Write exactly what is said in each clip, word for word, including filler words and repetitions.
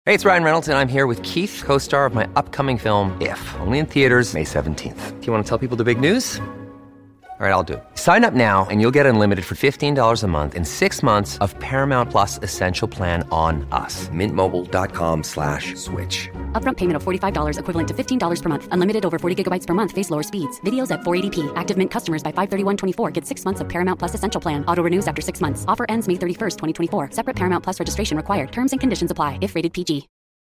Hey, it's Ryan Reynolds, and I'm here with Keith, co-star of my upcoming film, If, only in theaters May seventeenth. Do you want to tell people the big news? All right, I'll do it. Sign up now and you'll get unlimited for fifteen dollars a month and six months of Paramount Plus Essential Plan on us. Mint Mobile dot com slash switch. Upfront payment of forty-five dollars equivalent to fifteen dollars per month. Unlimited over forty gigabytes per month. Face lower speeds. Videos at four eighty p. Active Mint customers by five thirty-one twenty-four get six months of Paramount Plus Essential Plan. Auto renews after six months. Offer ends May thirty-first, twenty twenty-four. Separate Paramount Plus registration required. Terms and conditions apply if rated P G.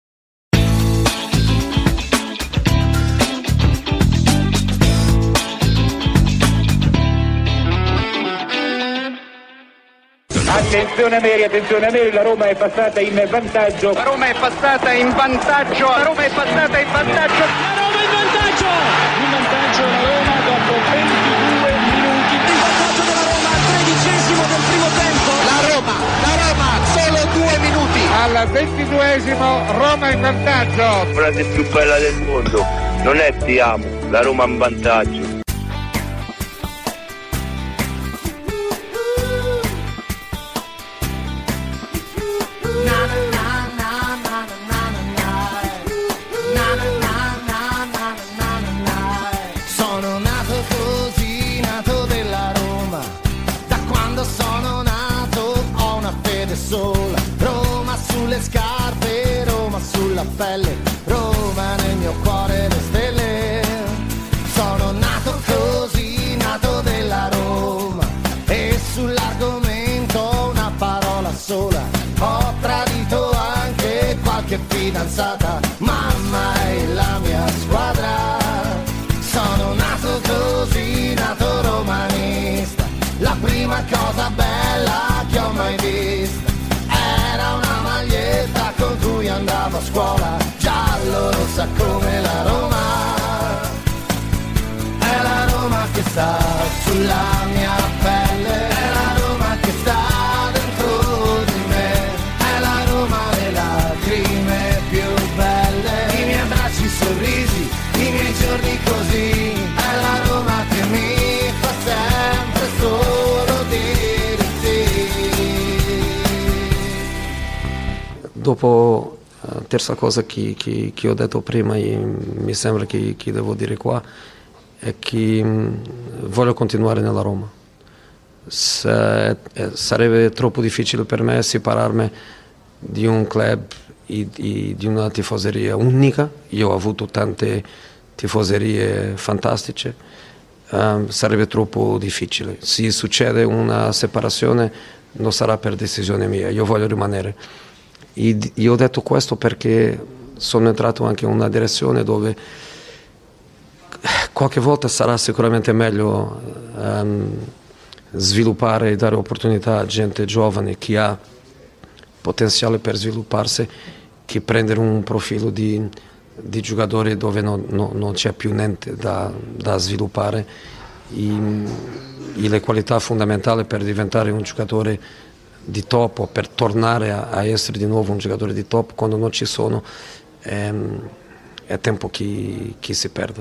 Attenzione Meri, attenzione Meri, la Roma è passata in vantaggio. La Roma è passata in vantaggio. La Roma è passata in vantaggio. La Roma in vantaggio. In vantaggio la Roma dopo ventidue minuti. In vantaggio della Roma al tredicesimo del primo tempo. La Roma, la Roma, solo due minuti. Al ventiduesimo Roma in vantaggio. La frase più bella del mondo non è ti amo, la Roma in vantaggio. Pelle, Roma nel mio cuore le stelle. Sono nato così, nato della Roma, e sull'argomento una parola sola. Ho tradito anche qualche fidanzata, mamma è la mia squadra. Sono nato così, nato romanista. La prima cosa bella che ho mai visto era una maglietta con cui andavo a scuola, giallo rossa come la Roma. È la Roma che sta sulla mia pelle, è la Roma che sta dentro di me, è la Roma le lacrime più belle, i miei abbracci, i sorrisi, i miei giorni così, è la Roma che mi fa sempre solo dire Dopo la terza cosa che, che, che ho detto prima, e mi sembra che, che devo dire qua, è che mh, voglio continuare nella Roma. Se, eh, sarebbe troppo difficile per me separarmi di un club e di, di una tifoseria unica. Io ho avuto tante tifoserie fantastiche, um, sarebbe troppo difficile. Se succede una separazione non sarà per decisione mia, io voglio rimanere. Io ho detto questo perché sono entrato anche in una direzione dove qualche volta sarà sicuramente meglio um, sviluppare e dare opportunità a gente giovane che ha potenziale per svilupparsi, che prendere un profilo di, di giocatore dove non, no, non c'è più niente da, da sviluppare. E, e le qualità fondamentali per diventare un giocatore di top, o per tornare a, a essere di nuovo un giocatore di top, quando non ci sono, ehm, è tempo che, che si perde.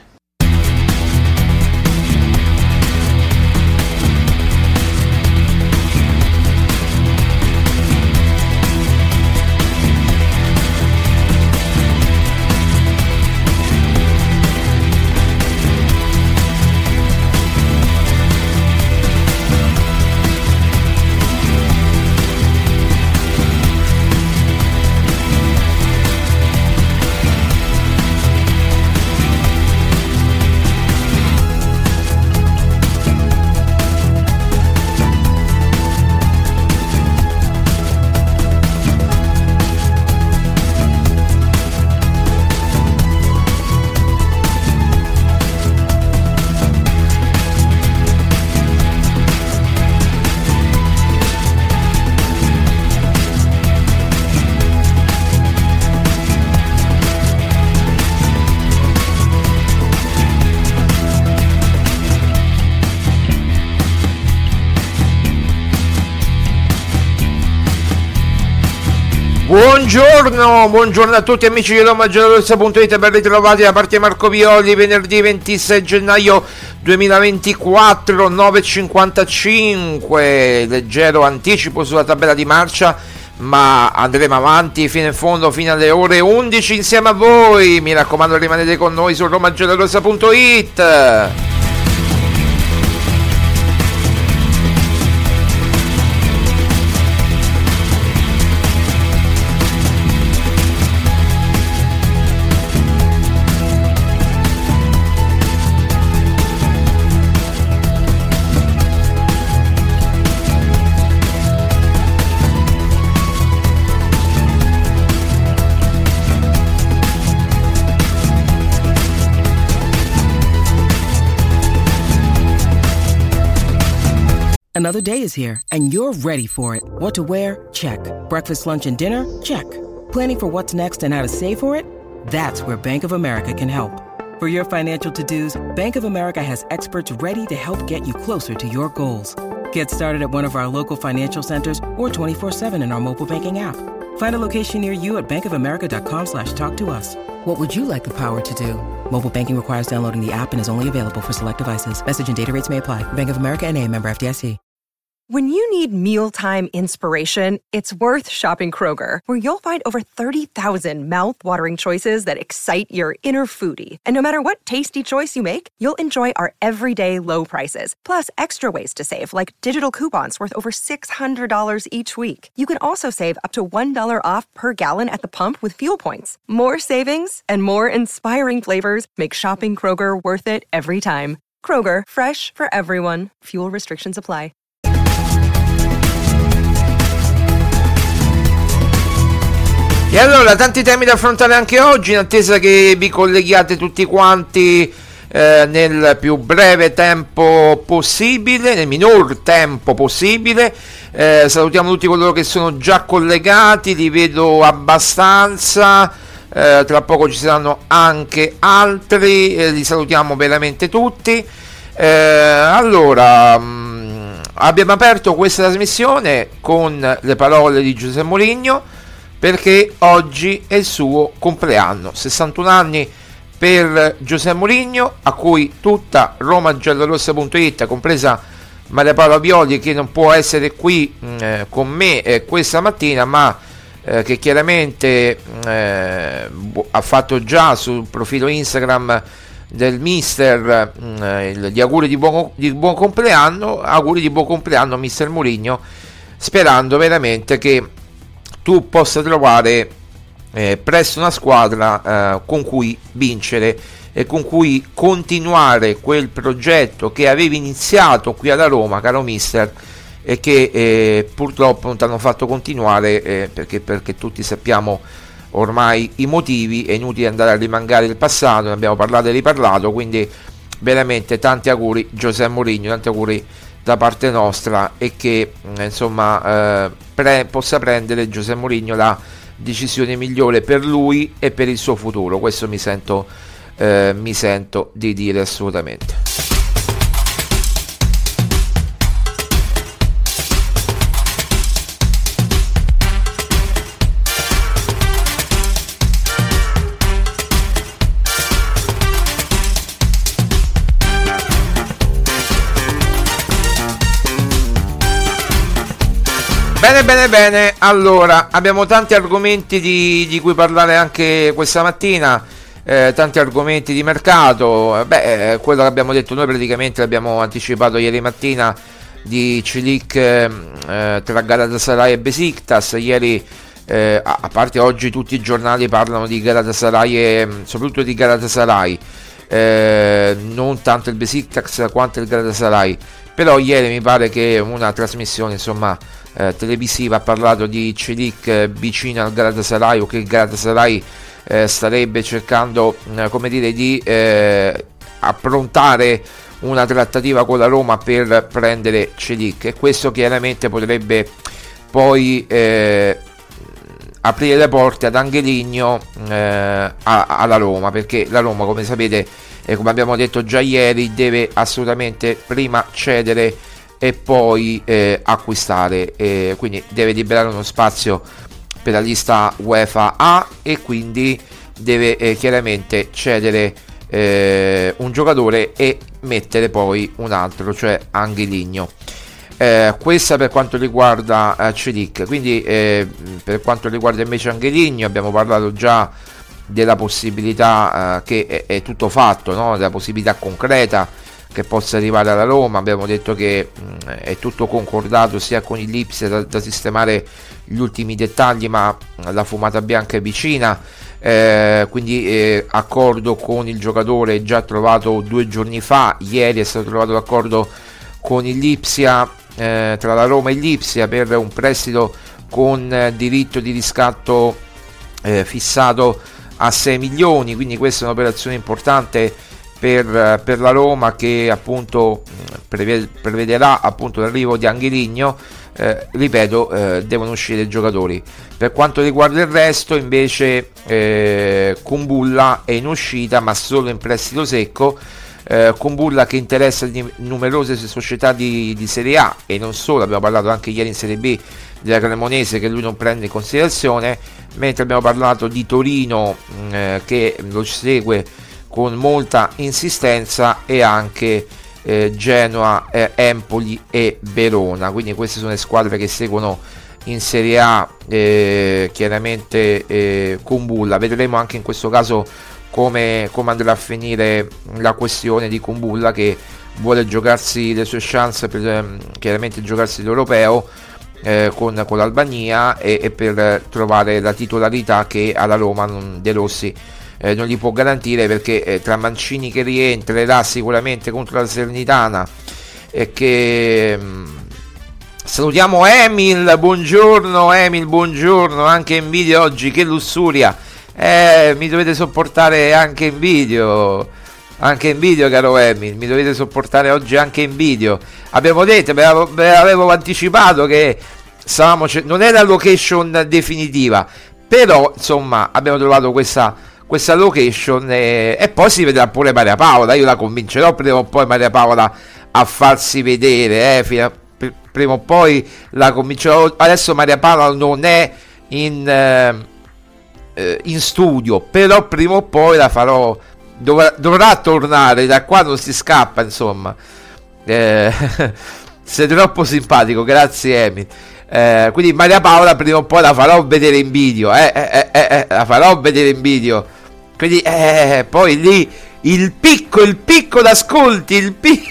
Buongiorno, buongiorno a tutti amici di Roma Giallorossa punto it, ben ritrovati da parte Marco Violi, venerdì ventisei gennaio duemilaventiquattro, nove e cinquantacinque, leggero anticipo sulla tabella di marcia ma andremo avanti fino in fondo, fino alle ore undici insieme a voi. Mi raccomando, rimanete con noi su roma giallorossa punto it. Another day is here, and you're ready for it. What to wear? Check. Breakfast, lunch, and dinner? Check. Planning for what's next and how to save for it? That's where Bank of America can help. For your financial to-dos, Bank of America has experts ready to help get you closer to your goals. Get started at one of our local financial centers or twenty-four seven in our mobile banking app. Find a location near you at bankofamerica.com slash talk to us. What would you like the power to do? Mobile banking requires downloading the app and is only available for select devices. Message and data rates may apply. Bank of America N A, member F D I C. When you need mealtime inspiration, it's worth shopping Kroger, where you'll find over thirty thousand mouth-watering choices that excite your inner foodie. And no matter what tasty choice you make, you'll enjoy our everyday low prices, plus extra ways to save, like digital coupons worth over six hundred dollars each week. You can also save up to one dollar off per gallon at the pump with fuel points. More savings and more inspiring flavors make shopping Kroger worth it every time. Kroger, fresh for everyone. Fuel restrictions apply. E allora, tanti temi da affrontare anche oggi, in attesa che vi colleghiate tutti quanti eh, nel più breve tempo possibile, nel minor tempo possibile. Eh, salutiamo tutti coloro che sono già collegati, li vedo abbastanza, eh, tra poco ci saranno anche altri, eh, li salutiamo veramente tutti. Eh, allora, mh, abbiamo aperto questa trasmissione con le parole di José Mourinho, perché oggi è il suo compleanno. Sessantuno anni per José Mourinho, a cui tutta roma giallorossa punto it, compresa Maria Paola Violi, che non può essere qui eh, con me eh, questa mattina, ma eh, che chiaramente eh, ha fatto già sul profilo Instagram del mister eh, gli auguri di buon, di buon compleanno, auguri di buon compleanno mister Mourinho, sperando veramente che tu possa trovare eh, presto una squadra eh, con cui vincere e con cui continuare quel progetto che avevi iniziato qui alla Roma, caro mister, e che eh, purtroppo non ti hanno fatto continuare eh, perché, perché tutti sappiamo ormai i motivi. È inutile andare a rimangare il passato, ne abbiamo parlato e riparlato, quindi veramente tanti auguri José Mourinho, tanti auguri da parte nostra, e che insomma eh, pre- possa prendere José Mourinho la decisione migliore per lui e per il suo futuro. Questo mi sento eh, mi sento di dire assolutamente. Bene, bene, bene, allora abbiamo tanti argomenti di, di cui parlare anche questa mattina, eh, tanti argomenti di mercato. Beh, eh, quello che abbiamo detto noi praticamente l'abbiamo anticipato ieri mattina, di Celik eh, tra Galatasaray e Besiktas. Ieri, eh, a, a parte oggi tutti i giornali parlano di Galatasaray e soprattutto di Galatasaray, eh, non tanto il Besiktas quanto il Galatasaray, però ieri mi pare che una trasmissione insomma Eh, televisiva ha parlato di Celik eh, vicino al Galatasaray, o che il Galatasaray eh, starebbe cercando eh, come dire di eh, approntare una trattativa con la Roma per prendere Celik, e questo chiaramente potrebbe poi eh, aprire le porte ad Angeligno eh, a, alla Roma, perché la Roma, come sapete e come abbiamo detto già ieri, deve assolutamente prima cedere e poi eh, acquistare, eh, quindi deve liberare uno spazio per la lista UEFA A, e quindi deve eh, chiaramente cedere eh, un giocatore e mettere poi un altro, cioè Angeligno. Eh, Eh, questa per quanto riguarda eh, Celic. Quindi eh, per quanto riguarda invece Angeligno, abbiamo parlato già della possibilità eh, che è, è tutto fatto, no? Della possibilità concreta che possa arrivare alla Roma. Abbiamo detto che mh, è tutto concordato sia con il Lipsia da, da sistemare gli ultimi dettagli, ma la fumata bianca è vicina, eh, quindi eh, accordo con il giocatore già trovato due giorni fa. Ieri è stato trovato l'accordo con il Lipsia, eh, tra la Roma e il Lipsia, per un prestito con eh, diritto di riscatto eh, fissato a sei milioni, quindi questa è un'operazione importante per, per la Roma, che appunto prevede, prevederà appunto l'arrivo di Angeligno. Eh, ripeto, eh, devono uscire i giocatori. Per quanto riguarda il resto invece eh, Kumbulla è in uscita, ma solo in prestito secco. eh, Kumbulla che interessa di numerose società di, di Serie A e non solo, abbiamo parlato anche ieri in Serie B della Cremonese che lui non prende in considerazione, mentre abbiamo parlato di Torino mh, eh, che lo segue con molta insistenza, e anche eh, Genoa, eh, Empoli e Verona. Quindi queste sono le squadre che seguono in Serie A eh, chiaramente eh, Kumbulla. Vedremo anche in questo caso come, come andrà a finire la questione di Kumbulla, che vuole giocarsi le sue chance per eh, chiaramente giocarsi l'Europeo eh, con, con l'Albania e, e per trovare la titolarità che alla Roma non, De Rossi Eh, non gli può garantire, perché eh, tra Mancini che rientrerà sicuramente contro la Salernitana e che mh, salutiamo Emil, buongiorno Emil, buongiorno, anche in video oggi, che lussuria, eh, mi dovete sopportare anche in video, anche in video caro Emil, mi dovete sopportare oggi anche in video. Abbiamo detto, ve l'avevo, ve l'avevo anticipato che stavamo, non è la location definitiva, però insomma abbiamo trovato questa questa location e, e poi si vedrà pure Maria Paola. Io la convincerò prima o poi Maria Paola a farsi vedere, eh, fino a, pr- prima o poi la convincerò. Adesso Maria Paola non è in, eh, in studio, però prima o poi la farò, dovrà, dovrà tornare, da qua non si scappa, insomma. eh, sei troppo simpatico, grazie Emi. Eh, quindi Maria Paola prima o poi la farò vedere in video, eh, eh, eh, eh, la farò vedere in video, quindi eh, poi lì il picco, il picco d'ascolti, il picco,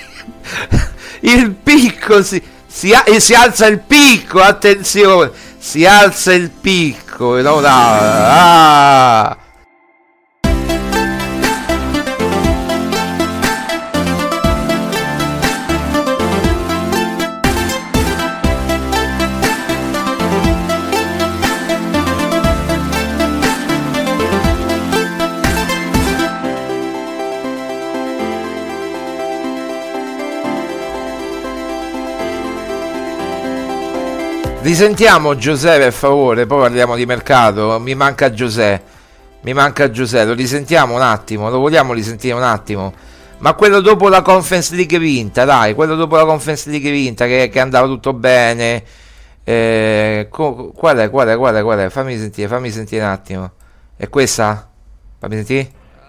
il picco si, si, si alza il picco, attenzione, si alza il picco, no, no, ah. Risentiamo Giuseppe per favore, poi parliamo di mercato. Mi manca Giuseppe, mi manca Giuseppe, lo risentiamo un attimo, lo vogliamo risentire un attimo? Ma quello dopo la Conference League vinta, dai, quello dopo la Conference League vinta, che, che andava tutto bene. Eh, co- qual è, qual è, qual è, qual è? Fammi sentire, fammi sentire un attimo. È questa? Fammi sentire?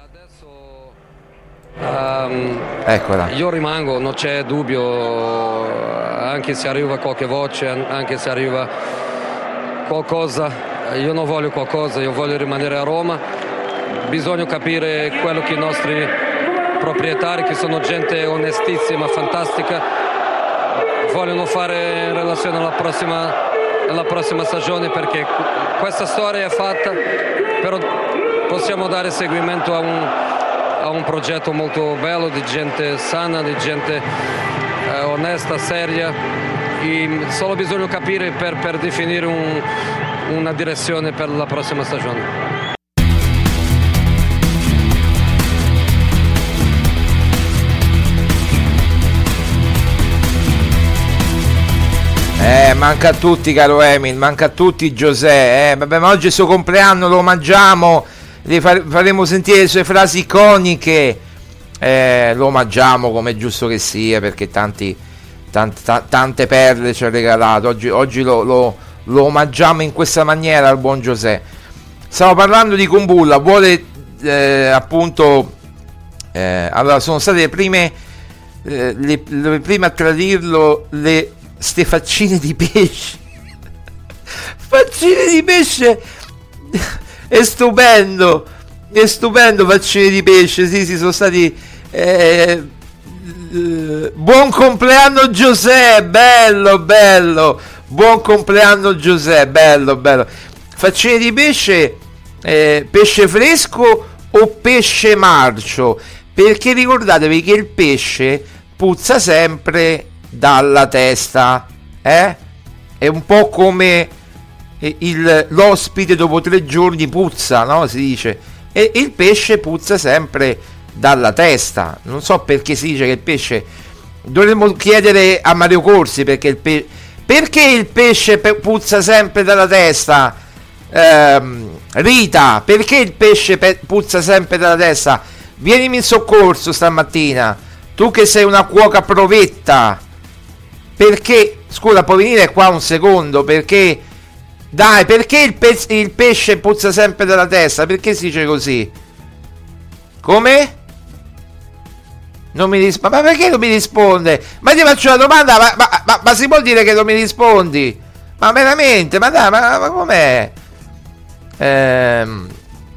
Um, Eccola. Io rimango, non c'è dubbio, anche se arriva qualche voce, anche se arriva qualcosa, io non voglio qualcosa, io voglio rimanere a Roma. Bisogna capire quello che i nostri proprietari, che sono gente onestissima, fantastica, vogliono fare in relazione alla prossima, alla prossima stagione, perché questa storia è fatta, però possiamo dare seguimento a un a un progetto molto bello, di gente sana, di gente eh, onesta, seria, e solo bisogna capire per, per definire un, una direzione per la prossima stagione. Eh, manca a tutti caro Emil, manca a tutti Giuseppe, eh, vabbè, ma oggi è il suo compleanno, lo omaggiamo, le faremo sentire le sue frasi iconiche, eh, lo omaggiamo come è giusto che sia, perché tanti, tanti, t- tante perle ci ha regalato. Oggi, oggi lo, lo, lo omaggiamo in questa maniera al buon Giuseppe. Stavo parlando di Kumbulla, vuole eh, appunto eh, allora sono state le prime eh, le, le prime a tradirlo le ste faccine di pesce. Faccine di pesce è stupendo, è stupendo. Faccine di pesce, sì, sì, sono stati eh, eh, buon compleanno Giuseppe, bello bello, buon compleanno Giuseppe, bello bello. Faccine di pesce, eh, pesce fresco o pesce marcio, perché ricordatevi che il pesce puzza sempre dalla testa, eh? È un po' come il, l'ospite dopo tre giorni puzza, no? Si dice. E il pesce puzza sempre dalla testa. Non so perché si dice che il pesce. Dovremmo chiedere a Mario Corsi perché il, pe- perché il pesce pe- puzza sempre dalla testa. Ehm, Rita, perché il pesce pe- puzza sempre dalla testa? Vienimi in soccorso stamattina. Tu che sei una cuoca provetta. Perché, scusa, puoi venire qua un secondo? Perché, dai, perché il, pe- il pesce puzza sempre dalla testa? Perché si dice così? Come? Non mi risponde. Ma perché non mi risponde? Ma ti faccio una domanda, ma, ma, ma, ma si può dire che non mi rispondi? Ma veramente, ma dai, ma, ma com'è? Ehm,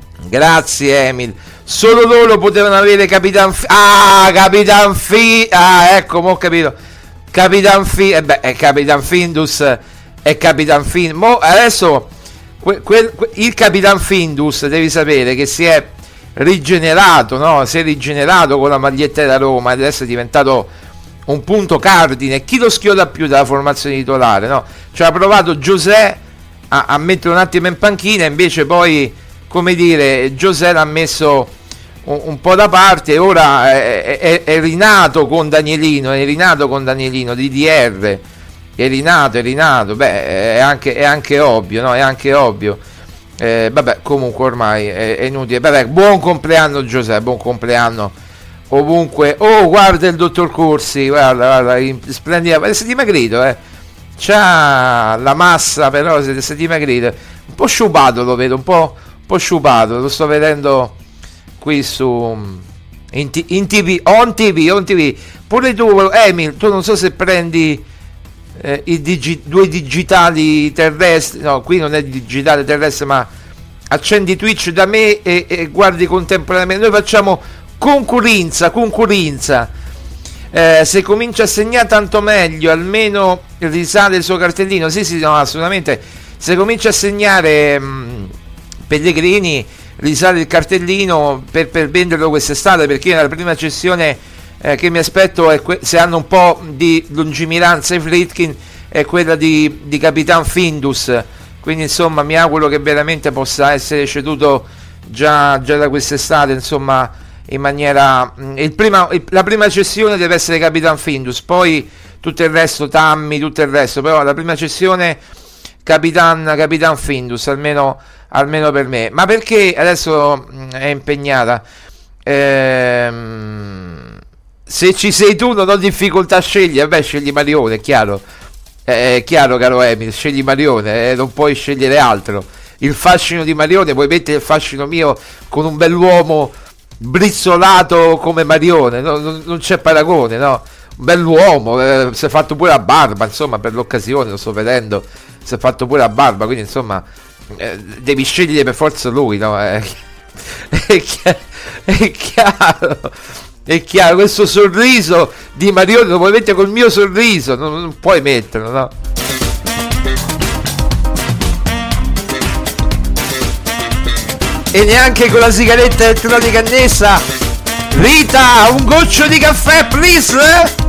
grazie Emil. Solo loro potevano avere Capitan Fi- Ah, Capitan Fi- Ah, ecco, mo ho capito. Capitan Fi- eh beh, è Capitan Findus. È Capitan Fin. Mo adesso que- que- que- il Capitan Findus, devi sapere che si è rigenerato, no? Si è rigenerato con la maglietta della Roma, adesso è diventato un punto cardine. Chi lo schioda più dalla formazione titolare, no? Cioè ha provato Giuseppe a, a mettere un attimo in panchina, invece poi, come dire, Giuseppe l'ha messo un, un po' da parte e ora è, è, è rinato con Danielino, è rinato con Danielino di D R, è rinato, è rinato, beh, è anche, è anche ovvio, no? È anche ovvio. Eh, vabbè, comunque ormai è, è inutile. Vabbè, buon compleanno Giuseppe, buon compleanno ovunque. Oh, guarda il dottor Corsi, guarda, guarda, splendida, si è dimagrito, eh. C'ha la massa, però si è dimagrito. Un po' sciupato lo vedo, un po', un po' sciupato, lo sto vedendo qui su in, t- in tv, on tv, on tv. Pure tu, Emil, tu non so se prendi eh, i digi- due digitali terrestri, no, qui non è digitale terrestre, ma accendi Twitch da me e, e guardi contemporaneamente. Noi facciamo concorrenza, concorrenza. Eh, se comincia a segnare tanto meglio, almeno risale il suo cartellino. Sì, sì, no, assolutamente. Se comincia a segnare mh, Pellegrini, risale il cartellino per, per venderlo quest'estate, perché la prima cessione eh, che mi aspetto è que- se hanno un po' di lungimiranza i Friedkin, è quella di, di Capitan Findus. Quindi insomma mi auguro che veramente possa essere ceduto già, già da quest'estate, insomma, in maniera il prima, il, la prima cessione deve essere Capitan Findus, poi tutto il resto Tammy, tutto il resto, però la prima cessione Capitan, Capitan Findus, almeno, almeno per me. Ma perché adesso mh, è impegnata? Ehm, se ci sei tu non ho difficoltà a scegliere. Beh, scegli Marione, è chiaro, è chiaro, caro Emil, scegli Marione, eh, non puoi scegliere altro. Il fascino di Marione, puoi mettere il fascino mio con un bell'uomo brizzolato come Marione, no, non, non c'è paragone, no? Un bell'uomo, eh, si è fatto pure la barba, insomma, per l'occasione, lo sto vedendo, si è fatto pure la barba, quindi insomma eh, devi scegliere per forza lui, no? Eh, è, chiaro, è chiaro, è chiaro, questo sorriso di Marione lo puoi mettere col mio sorriso, non, non puoi metterlo, no? E neanche con la sigaretta elettronica annessa. Rita, un goccio di caffè, please, eh?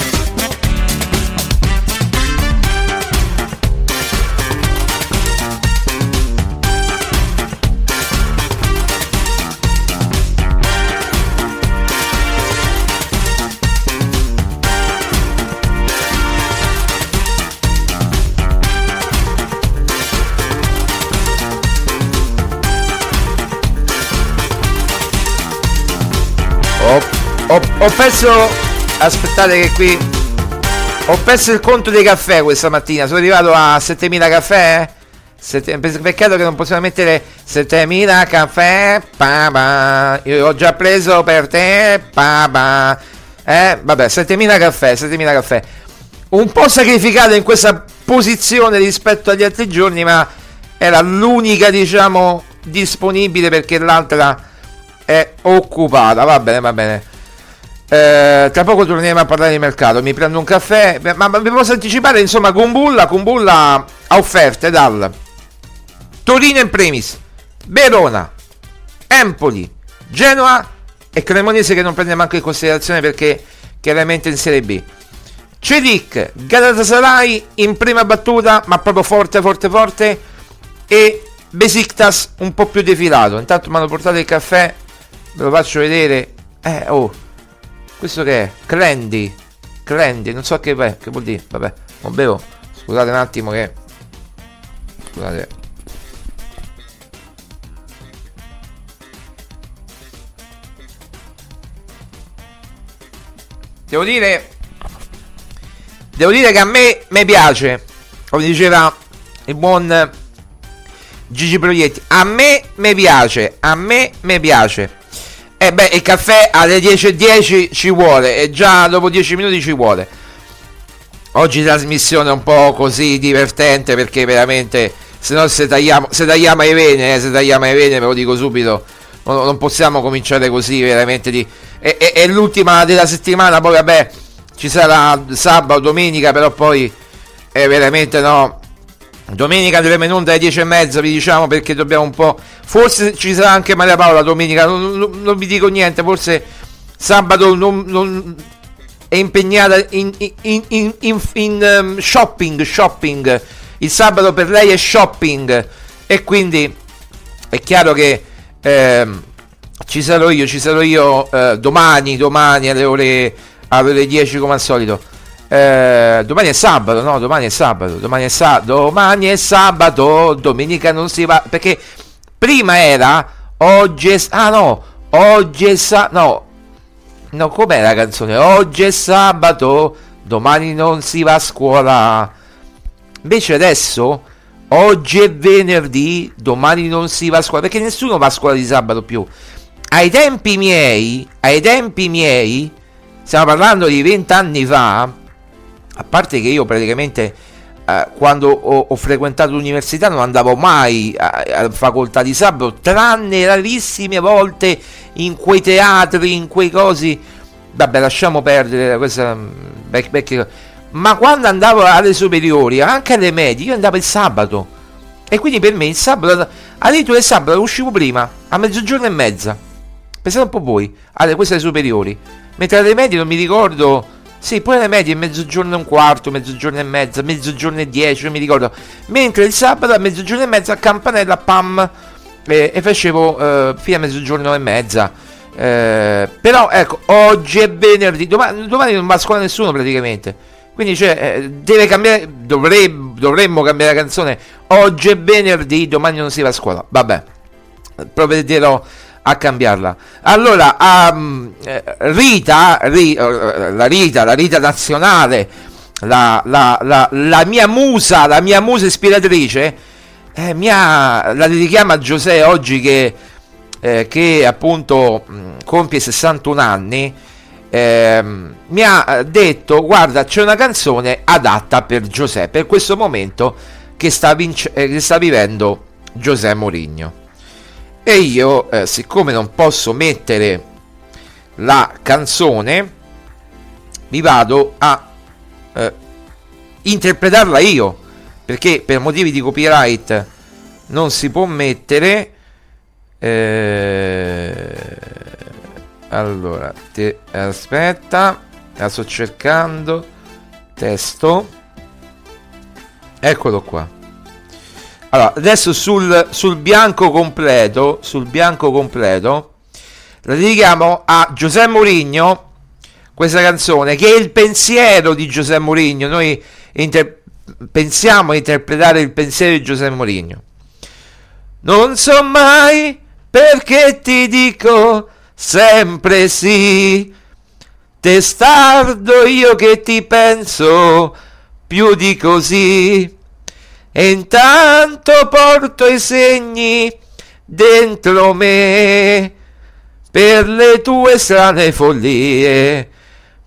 Ho, ho perso, aspettate che qui ho perso il conto dei caffè questa mattina. Sono arrivato a settemila caffè. Sette, peccato che non possiamo mettere settemila caffè. Pa, pa. Io ho già preso per te. Pa, pa. Eh, vabbè, settemila caffè, settemila caffè. un po' sacrificata in questa posizione rispetto agli altri giorni, ma era l'unica, diciamo, disponibile perché l'altra è occupata. Va bene, va bene. Eh, tra poco torneremo a parlare di mercato. Mi prendo un caffè. Ma, ma vi posso anticipare, insomma, Kumbulla, Kumbulla ha offerte dal Torino in primis, Verona, Empoli, Genoa e Cremonese, che non prende manco in considerazione perché chiaramente in Serie B. Celik, Galatasaray in prima battuta, ma proprio forte forte forte, e Besiktas un po' più defilato. Intanto mi hanno portato il caffè, ve lo faccio vedere. Eh oh, questo che è? Crandy, Crandy, non so che, beh, che vuol dire, vabbè, non bevo. Scusate un attimo che Scusate. Devo dire Devo dire che a me mi piace, come diceva il buon Gigi Proietti, a me mi piace, a me mi piace. E eh beh, il caffè alle dieci e dieci ci vuole, e già dopo dieci minuti ci vuole. Oggi trasmissione un po' così divertente, perché veramente, se no se tagliamo, se tagliamo le vene, eh, se tagliamo le vene, ve lo dico subito, non, non possiamo cominciare così, veramente. Di, è, è, è l'ultima della settimana, poi vabbè, ci sarà sabato, domenica, però poi è veramente, no, domenica andremo in onda alle dieci e mezza, vi diciamo, perché dobbiamo un po', forse ci sarà anche Maria Paola domenica, non, non, non vi dico niente, forse sabato non, non è impegnata in, in, in, in, in, in um, shopping, shopping, il sabato per lei è shopping, e quindi è chiaro che ehm, ci sarò io, ci sarò io eh, domani, domani alle ore, alle ore dieci come al solito. Eh, domani è sabato, no? Domani è sabato, domani è sabato, domani è sabato, domenica non si va, perché prima era oggi è, ah no, oggi è sabato, no, no, com'è la canzone? Oggi è sabato, domani non si va a scuola. Invece adesso oggi è venerdì, domani non si va a scuola, perché nessuno va a scuola di sabato più. Ai tempi miei, ai tempi miei, stiamo parlando di vent'anni fa, a parte che io praticamente eh, quando ho, ho frequentato l'università non andavo mai alla facoltà di sabato, tranne rarissime volte in quei teatri, in quei cosi, vabbè, lasciamo perdere questa back, back, ma quando andavo alle superiori, anche alle medie, io andavo il sabato, e quindi per me il sabato, all'inizio del sabato uscivo prima a mezzogiorno e mezza, pensate un po' voi, alle queste alle superiori, mentre alle medie non mi ricordo. Sì, poi le medie mezzogiorno e un quarto, mezzogiorno e mezza, mezzogiorno e dieci, non mi ricordo. Mentre il sabato a mezzogiorno e mezza a campanella, pam, eh, e facevo eh, fino a mezzogiorno e mezza. Eh, però ecco, oggi è venerdì, domani, domani non va a scuola nessuno praticamente. Quindi cioè, eh, deve cambiare, dovremmo, dovremmo cambiare la canzone. Oggi è venerdì, domani non si va a scuola. Vabbè, provvederò a cambiarla. Allora, um, Rita, Rita, la Rita, la Rita nazionale, la, la, la, la mia musa, la mia musa ispiratrice, eh, mi ha, la dedichiamo a Giuseppe oggi che, eh, che appunto mh, compie sessantuno anni. Eh, mi ha detto: guarda, c'è una canzone adatta per Giuseppe, per questo momento che sta, vinc- eh, che sta vivendo José Mourinho. E io, eh, siccome non posso mettere la canzone, mi vado a eh, interpretarla io, perché per motivi di copyright non si può mettere. Eh, allora, te, aspetta, la sto cercando. Testo, eccolo qua. Allora, adesso sul, sul bianco completo, sul bianco completo, la dedichiamo a José Mourinho, questa canzone, che è il pensiero di José Mourinho. Noi inter- pensiamo a interpretare il pensiero di José Mourinho. Non so mai perché ti dico sempre sì, testardo io che ti penso più di così. E intanto porto i segni dentro me per le tue strane follie,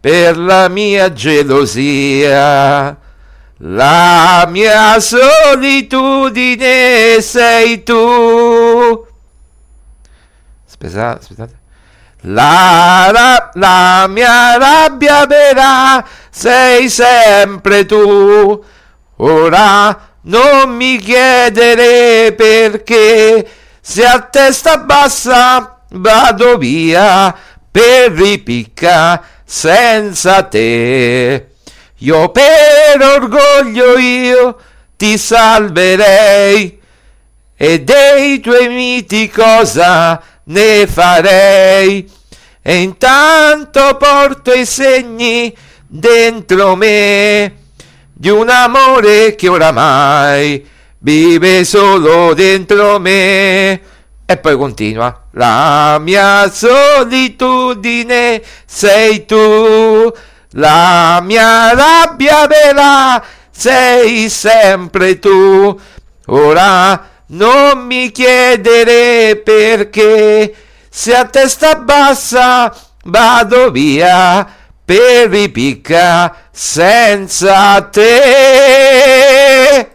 per la mia gelosia. La mia solitudine sei tu. Aspettate, aspettate. La, la, la mia rabbia vera sei sempre tu. Ora non mi chiedere perché, se a testa bassa vado via per ripicca senza te. Io per orgoglio io ti salverei, e dei tuoi miti cosa ne farei? E intanto porto i segni dentro me di un amore che oramai vive solo dentro me. E poi continua: la mia solitudine sei tu, la mia rabbia vera sei sempre tu. Ora non mi chiedere perché, se a testa bassa vado via per ripicca senza te.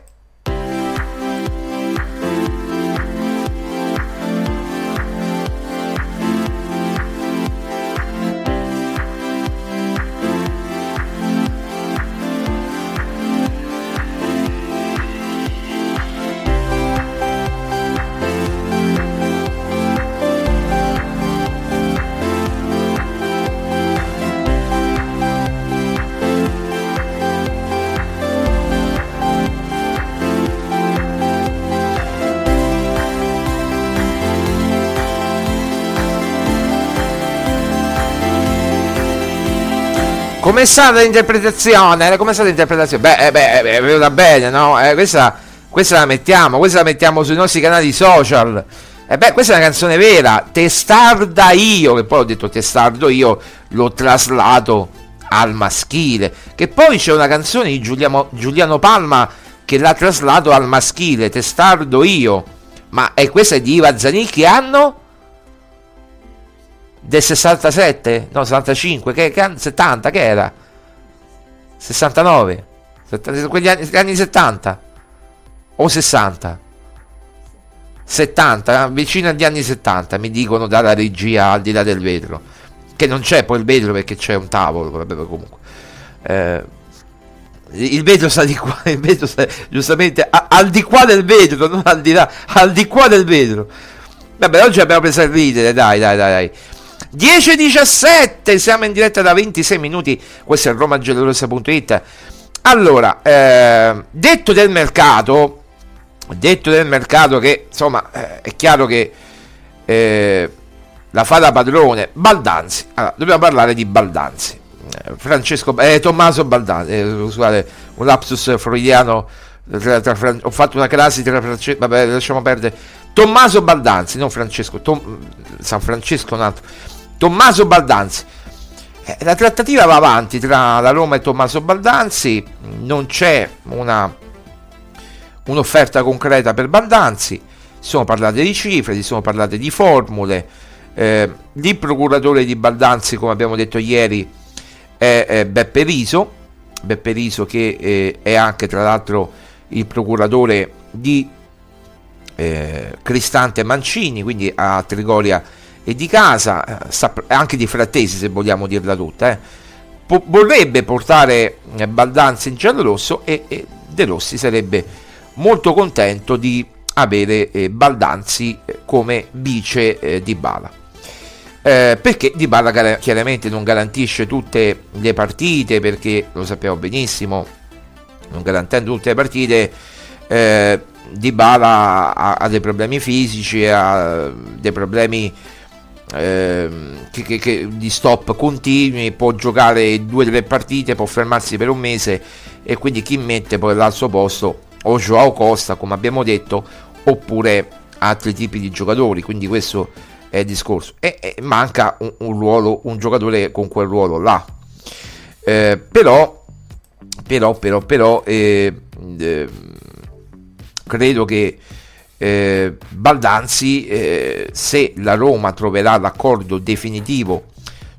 Come è stata l'interpretazione? Come è stata l'interpretazione? Beh, beh, è venuta bene, no? Eh, questa, questa la mettiamo, questa la mettiamo sui nostri canali social. E eh beh, questa è una canzone vera, testarda io, che poi ho detto testardo io, l'ho traslato al maschile. Che poi c'è una canzone di Giuliano, Giuliano Palma che l'ha traslato al maschile, testardo io. Ma e questa è di Iva Zanicchi, anno? Del sessantasette? No, sessantacinque, che, che settanta, che era? sessantanove? settanta, quegli anni, anni settanta? O sessanta? settanta, vicino agli anni settanta, mi dicono dalla regia Al di là del vetro. Che non c'è poi il vetro perché c'è un tavolo, vabbè, comunque. Eh, il vetro sta di qua, il vetro sta giustamente a, al di qua del vetro, non al di là, al di qua del vetro. Vabbè, oggi abbiamo preso a ridere, dai, dai, dai, dai. dieci e diciassette, siamo in diretta da ventisei minuti, questo è roma giallorossa punto it. Allora, eh, detto del mercato, detto del mercato che, insomma, eh, è chiaro che eh, la fa da padrone, Baldanzi, allora, dobbiamo parlare di Baldanzi, eh, Francesco, eh, Tommaso Baldanzi, eh, scusate, un lapsus freudiano, tra, tra, tra, ho fatto una crasi tra Francesco, vabbè, lasciamo perdere, Tommaso Baldanzi, non Francesco, Tom, San Francesco un altro, Tommaso Baldanzi. Eh, la trattativa va avanti tra la Roma e Tommaso Baldanzi, non c'è una un'offerta concreta per Baldanzi, si sono parlate di cifre, si sono parlate di formule, eh, il procuratore di Baldanzi, come abbiamo detto ieri, è, è Beppe Riso, Beppe Riso che eh, è anche tra l'altro il procuratore di eh, Cristante e Mancini, quindi a Trigoria e di casa, eh, anche di Frattesi se vogliamo dirla tutta, eh. Po- vorrebbe portare eh, Baldanzi in giallorosso e, e De Rossi sarebbe molto contento di avere eh, Baldanzi eh, come vice eh, Dybala, eh, perché Dybala gar- chiaramente non garantisce tutte le partite, perché lo sappiamo benissimo, non garantendo tutte le partite eh, Dybala ha, ha dei problemi fisici, ha dei problemi eh, che, che, che, di stop continui, può giocare due o tre partite, può fermarsi per un mese, e quindi chi mette poi al suo posto o Joao Costa, come abbiamo detto, oppure altri tipi di giocatori, quindi questo è il discorso, e, e manca un, un ruolo, un giocatore con quel ruolo là, eh, però però però però eh, eh, credo che eh, Baldanzi, eh, se la Roma troverà l'accordo definitivo,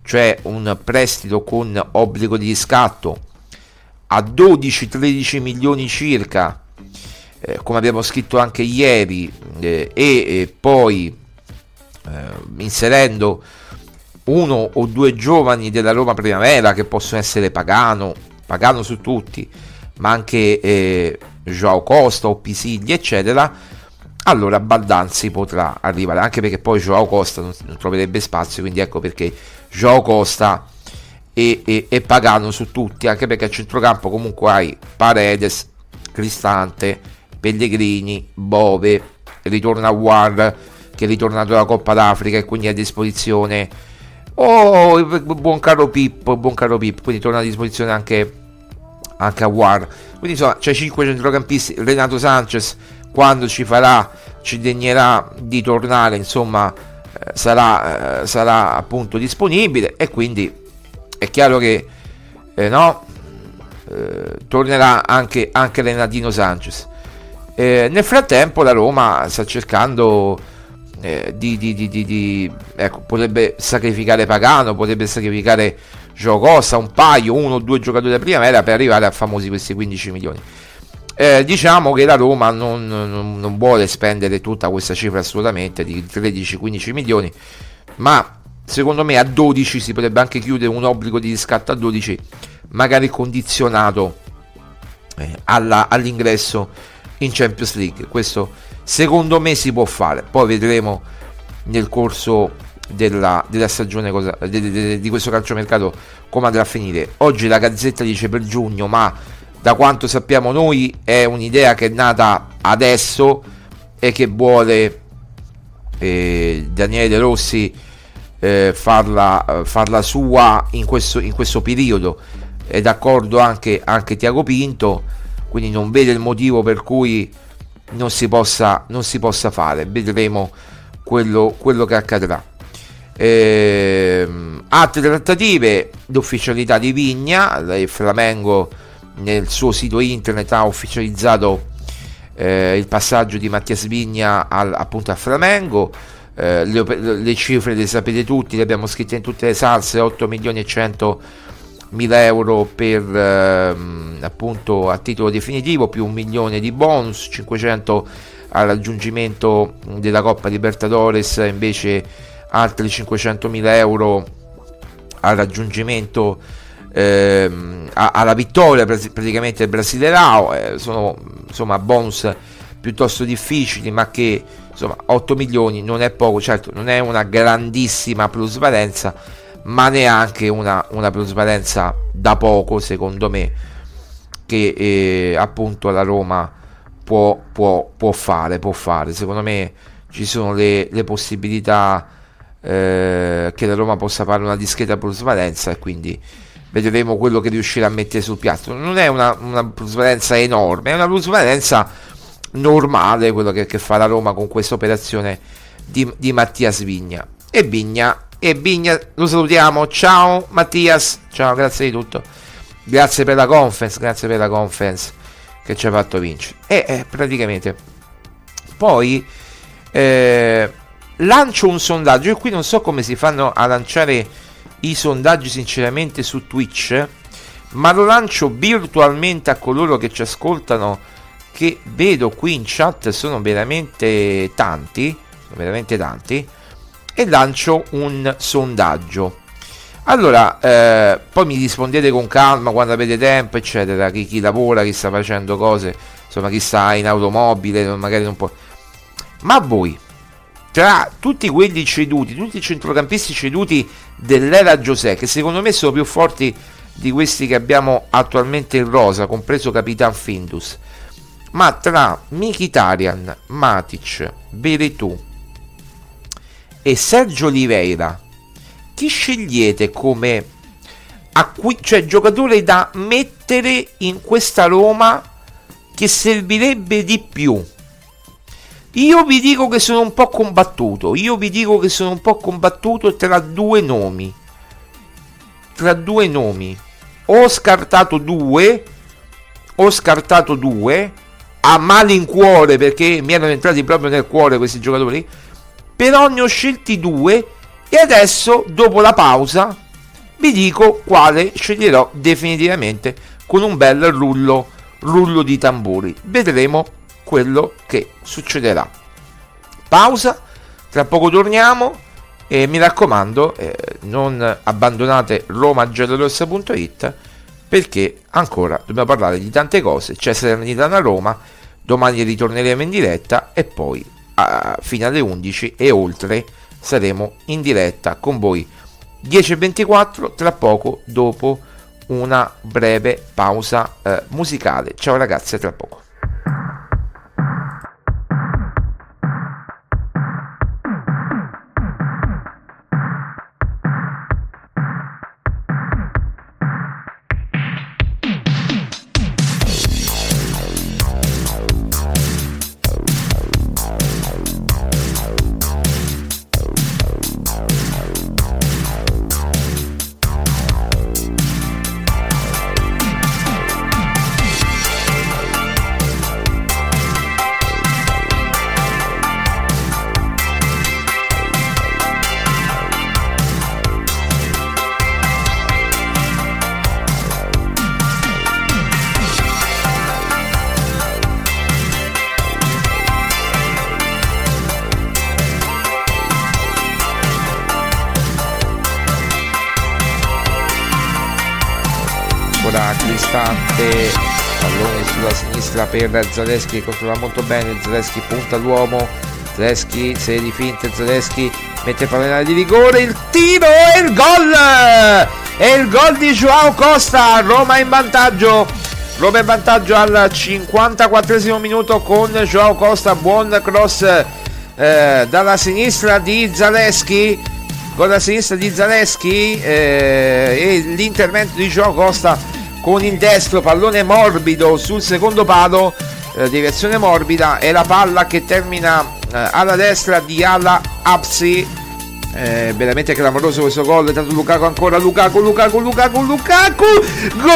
cioè un prestito con obbligo di riscatto a dodici tredici milioni circa, eh, come abbiamo scritto anche ieri, eh, e, e poi eh, inserendo uno o due giovani della Roma Primavera che possono essere Pagano, Pagano su tutti, ma anche eh, Joao Costa o Pisilli eccetera, allora Baldanzi potrà arrivare, anche perché poi Joao Costa non, non troverebbe spazio, quindi ecco perché Joao Costa e, e, e Pagano su tutti, anche perché a centrocampo comunque hai Paredes, Cristante, Pellegrini, Bove, ritorna War che è ritornato dalla Coppa d'Africa e quindi è a disposizione, oh buon caro Pippo, buon caro Pippo, quindi torna a disposizione anche, anche a War, quindi insomma c'è cinque centrocampisti, Renato Sanchez quando ci farà, ci degnerà di tornare, insomma eh, sarà, eh, sarà appunto disponibile, e quindi è chiaro che eh, no eh, tornerà anche, anche Renatino Sanchez. Eh, nel frattempo la Roma sta cercando eh, di, di, di, di, di ecco, potrebbe sacrificare Pagano, potrebbe sacrificare Joao Costa, un paio, uno o due giocatori da primavera per arrivare a famosi questi quindici milioni. Eh, diciamo che la Roma non, non, non vuole spendere tutta questa cifra assolutamente di tredici quindici milioni, ma secondo me a dodici si potrebbe anche chiudere un obbligo di riscatto a dodici, magari condizionato eh, alla, all'ingresso in Champions League. Questo secondo me si può fare, poi vedremo nel corso della, della stagione cosa, de, de, de, di questo calciomercato come andrà a finire. Oggi la Gazzetta dice per giugno, ma da quanto sappiamo noi è un'idea che è nata adesso e che vuole eh, Daniele De Rossi eh, farla, farla sua in questo, in questo periodo. È d'accordo anche, anche Tiago Pinto, quindi non vede il motivo per cui non si possa, non si possa fare. Vedremo quello, quello che accadrà. Eh, altre trattative, l'ufficialità di Vigna, il Flamengo nel suo sito internet ha ufficializzato eh, il passaggio di Mattias Vigna al, appunto al Flamengo. Eh, le, le cifre le sapete tutti, le abbiamo scritte in tutte le salse: otto milioni e cento mila euro per eh, appunto a titolo definitivo, più un milione di bonus, cinquecento al raggiungimento della Coppa Libertadores, invece altri cinquecentomila euro al raggiungimento ehm, a, alla vittoria praticamente del Brasileirao. Eh, sono insomma bonus piuttosto difficili, ma che insomma otto milioni non è poco, certo non è una grandissima plusvalenza, ma neanche una, una plusvalenza da poco secondo me, che eh, appunto la Roma può, può, può fare può fare secondo me ci sono le, le possibilità eh, che la Roma possa fare una discreta plusvalenza, e quindi vedremo quello che riuscirà a mettere sul piatto. Non è una, una plusvalenza enorme, è una plusvalenza normale quello che, che fa la Roma con questa operazione di, di Mattias Vigna. E Vigna E Vigna lo salutiamo, ciao Mattias, ciao, grazie di tutto, grazie per la conference, grazie per la conference che ci ha fatto vincere. E eh, praticamente poi eh, lancio un sondaggio. Io qui non so come si fanno a lanciare i sondaggi sinceramente su Twitch, ma lo lancio virtualmente a coloro che ci ascoltano, che vedo qui in chat sono veramente tanti, sono veramente tanti. E lancio un sondaggio. Allora eh, poi mi rispondete con calma quando avete tempo eccetera, chi, chi lavora, chi sta facendo cose, insomma chi sta in automobile magari non può. Ma voi, tra tutti quelli ceduti, tutti i centrocampisti ceduti dell'era José, che secondo me sono più forti di questi che abbiamo attualmente in rosa, compreso Capitan Findus, ma tra Mkhitaryan, Matic, Veretout e Sergio Oliveira, chi scegliete come acqui- cioè giocatore da mettere in questa Roma che servirebbe di più? Io vi dico che sono un po' combattuto, io vi dico che sono un po' combattuto tra due nomi, tra due nomi. Ho scartato due, ho scartato due a malincuore, perché mi erano entrati proprio nel cuore questi giocatori, però ne ho scelti due, e adesso dopo la pausa vi dico quale sceglierò definitivamente con un bel rullo, rullo di tamburi. Vedremo quello che succederà. Pausa, tra poco torniamo e mi raccomando, eh, non abbandonate roma giallorossa punto it, perché ancora dobbiamo parlare di tante cose. C'è Salernitana a Roma, domani ritorneremo in diretta e poi a, fino alle undici e oltre saremo in diretta con voi dieci e ventiquattro, tra poco, dopo una breve pausa eh, musicale. Ciao ragazzi, a tra poco. Cristante, pallone sulla sinistra per Zaleschi, controlla molto bene, Zaleschi punta l'uomo, Zaleschi serie di finte, Zaleschi mette il pallone di rigore, il tiro e il gol, e il gol di Joao Costa. Roma in vantaggio, Roma in vantaggio al cinquantaquattresimo minuto con Joao Costa, buon cross eh, dalla sinistra di Zaleschi, con la sinistra di Zaleschi eh, e l'intervento di Joao Costa con il destro, pallone morbido sul secondo palo, eh, direzione morbida, e la palla che termina eh, alla destra di Ala Apsi. Eh, veramente clamoroso questo gol. Tanto Lukaku ancora, Lukaku, Lukaku, Lukaku, Lukaku, gol!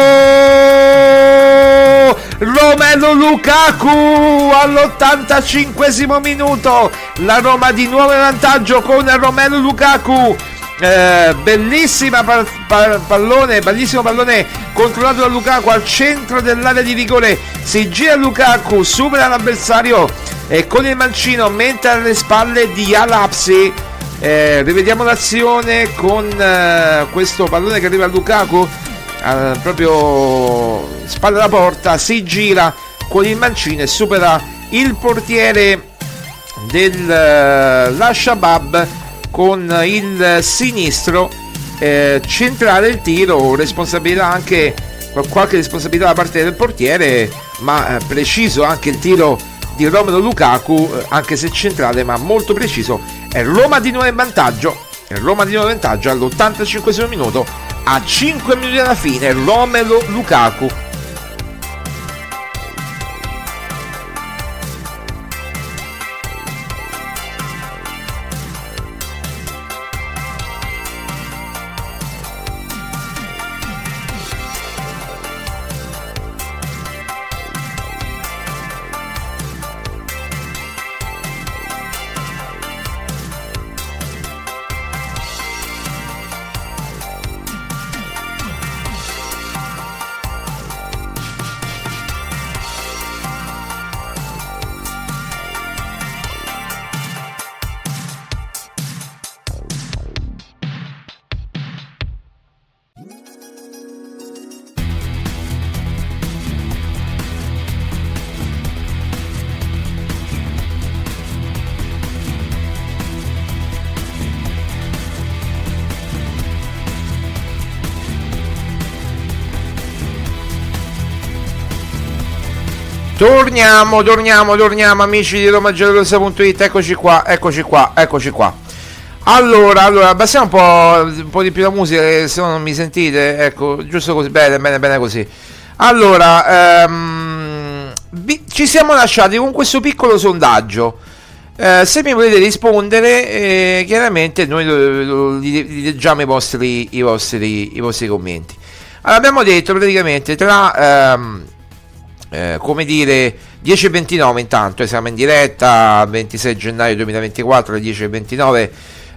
Romelu Lukaku all'ottantacinquesimo minuto, la Roma di nuovo in vantaggio con Romelu Lukaku. Eh, bellissima pa- pa- pallone, bellissimo pallone controllato da Lukaku al centro dell'area di rigore. Si gira Lukaku, supera l'avversario e con il mancino mentre alle spalle di Alapsi. Eh, rivediamo l'azione con eh, questo pallone che arriva a Lukaku eh, proprio spalle alla porta, si gira con il mancino e supera il portiere del eh, Al-Shabaab con il sinistro, eh, centrale il tiro, responsabilità anche, qualche responsabilità da parte del portiere, ma eh, preciso anche il tiro di Romelu Lukaku, eh, anche se centrale ma molto preciso. È Roma di nuovo in vantaggio, è Roma di nuovo in vantaggio all'ottantacinquesimo minuto, a cinque minuti dalla fine Romelu Lukaku. Torniamo, torniamo, torniamo amici di roma giallorossa punto it, eccoci qua, eccoci qua, eccoci qua. Allora, allora, abbassiamo un po', un po' di più la musica, se no non mi sentite, ecco, giusto così, bene, bene, bene così. Allora, ehm, vi, ci siamo lasciati con questo piccolo sondaggio. Eh, se mi volete rispondere, eh, chiaramente noi lo, lo, li, li leggiamo i vostri, i vostri, i vostri commenti. Allora, abbiamo detto praticamente tra... Ehm, Eh, come dire dieci e ventinove, intanto siamo in diretta ventisei gennaio duemilaventiquattro alle dieci e ventinove,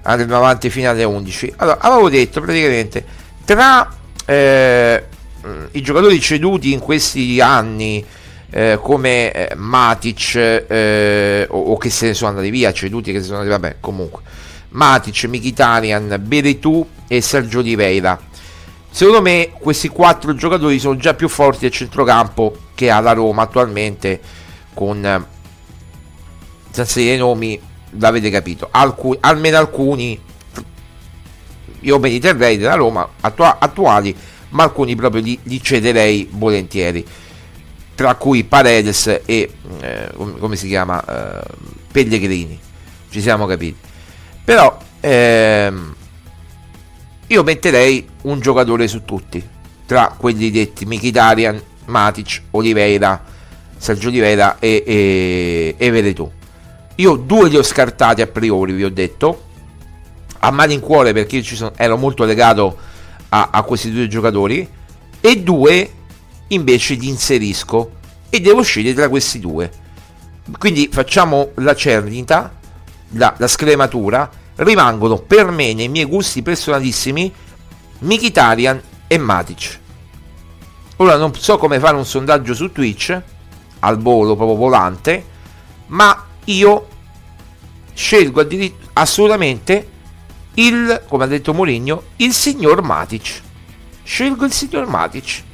andremo avanti fino alle undici. Allora, avevo detto praticamente tra eh, i giocatori ceduti in questi anni, eh, come eh, Matic, eh, o, o che se ne sono andati via, ceduti che se sono andati, vabbè, comunque Matic, Mkhitaryan, Beretù e Sergio Oliveira, secondo me questi quattro giocatori sono già più forti al centrocampo che ha la Roma attualmente, con senza dire nomi, l'avete capito, Alcu- almeno alcuni io me li terrei della Roma attu- attuali, ma alcuni proprio li, li cederei volentieri, tra cui Paredes e eh, come, come si chiama, eh, Pellegrini, ci siamo capiti. Però ehm, io metterei un giocatore su tutti, tra quelli detti Mkhitaryan, Matic, Oliveira, Sergio Oliveira e, e, e Veretù. Io due li ho scartati a priori, vi ho detto, a malincuore, perché io ci sono, ero molto legato a, a questi due giocatori, e due invece li inserisco e devo scegliere tra questi due. Quindi facciamo la cernita, la, la scrematura. Rimangono per me, nei miei gusti personalissimi, Mkhitaryan e Matic. Ora non so come fare un sondaggio su Twitch al volo, proprio volante, ma io scelgo assolutamente il, come ha detto Mourinho, il signor Matic. Scelgo il signor Matic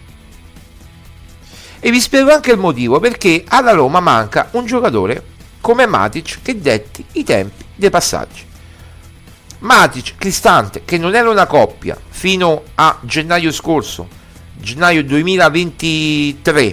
e vi spiego anche il motivo, perché alla Roma manca un giocatore come Matic che detti i tempi dei passaggi. Matic, Cristante, che non era una coppia fino a gennaio scorso, gennaio duemilaventitré,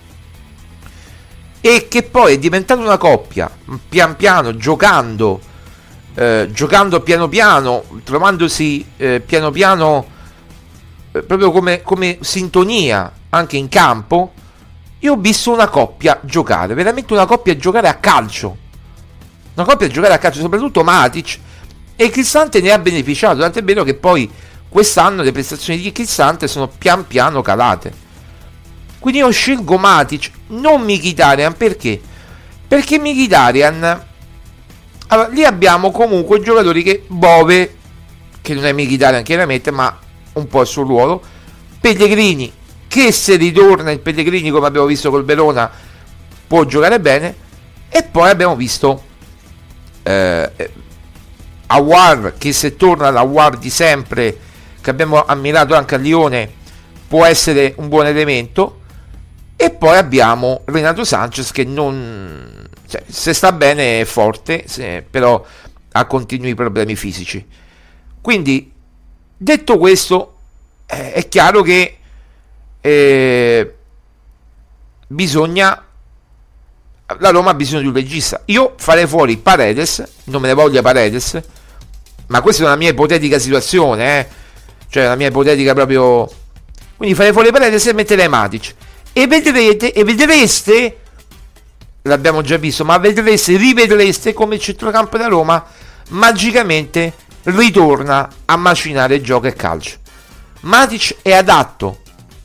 e che poi è diventata una coppia pian piano, giocando eh, giocando piano piano, trovandosi eh, piano piano eh, proprio come, come sintonia anche in campo. Io ho visto una coppia giocare, veramente una coppia giocare a calcio, una coppia giocare a calcio, soprattutto Matic, e Cristante ne ha beneficiato, tant'è vero che poi quest'anno le prestazioni di Cristante sono pian piano calate. Quindi io scelgo Matic, non Mkhitaryan. Perché? Perché Mkhitaryan, allora, lì abbiamo comunque giocatori che Bove, che non è Mkhitaryan chiaramente, ma un po' il suo ruolo, Pellegrini, che se ritorna il Pellegrini come abbiamo visto col Verona può giocare bene, e poi abbiamo visto eh, Aouar, che se torna l'Aouar di sempre, che abbiamo ammirato anche a Lione, può essere un buon elemento. E poi abbiamo Renato Sanchez, che non, cioè, se sta bene è forte, se, però ha continui problemi fisici. Quindi, detto questo, eh, è chiaro che eh, bisogna, la Roma ha bisogno di un regista. Io farei fuori Paredes, non me ne voglia Paredes, ma questa è una mia ipotetica situazione, eh? Cioè la mia ipotetica proprio. Quindi farei fuori Paredes e metterei Matic. E vedrete, e vedreste, l'abbiamo già visto, ma vedreste, rivedreste come il centrocampo della Roma magicamente ritorna a macinare gioco e calcio. Matic è adatto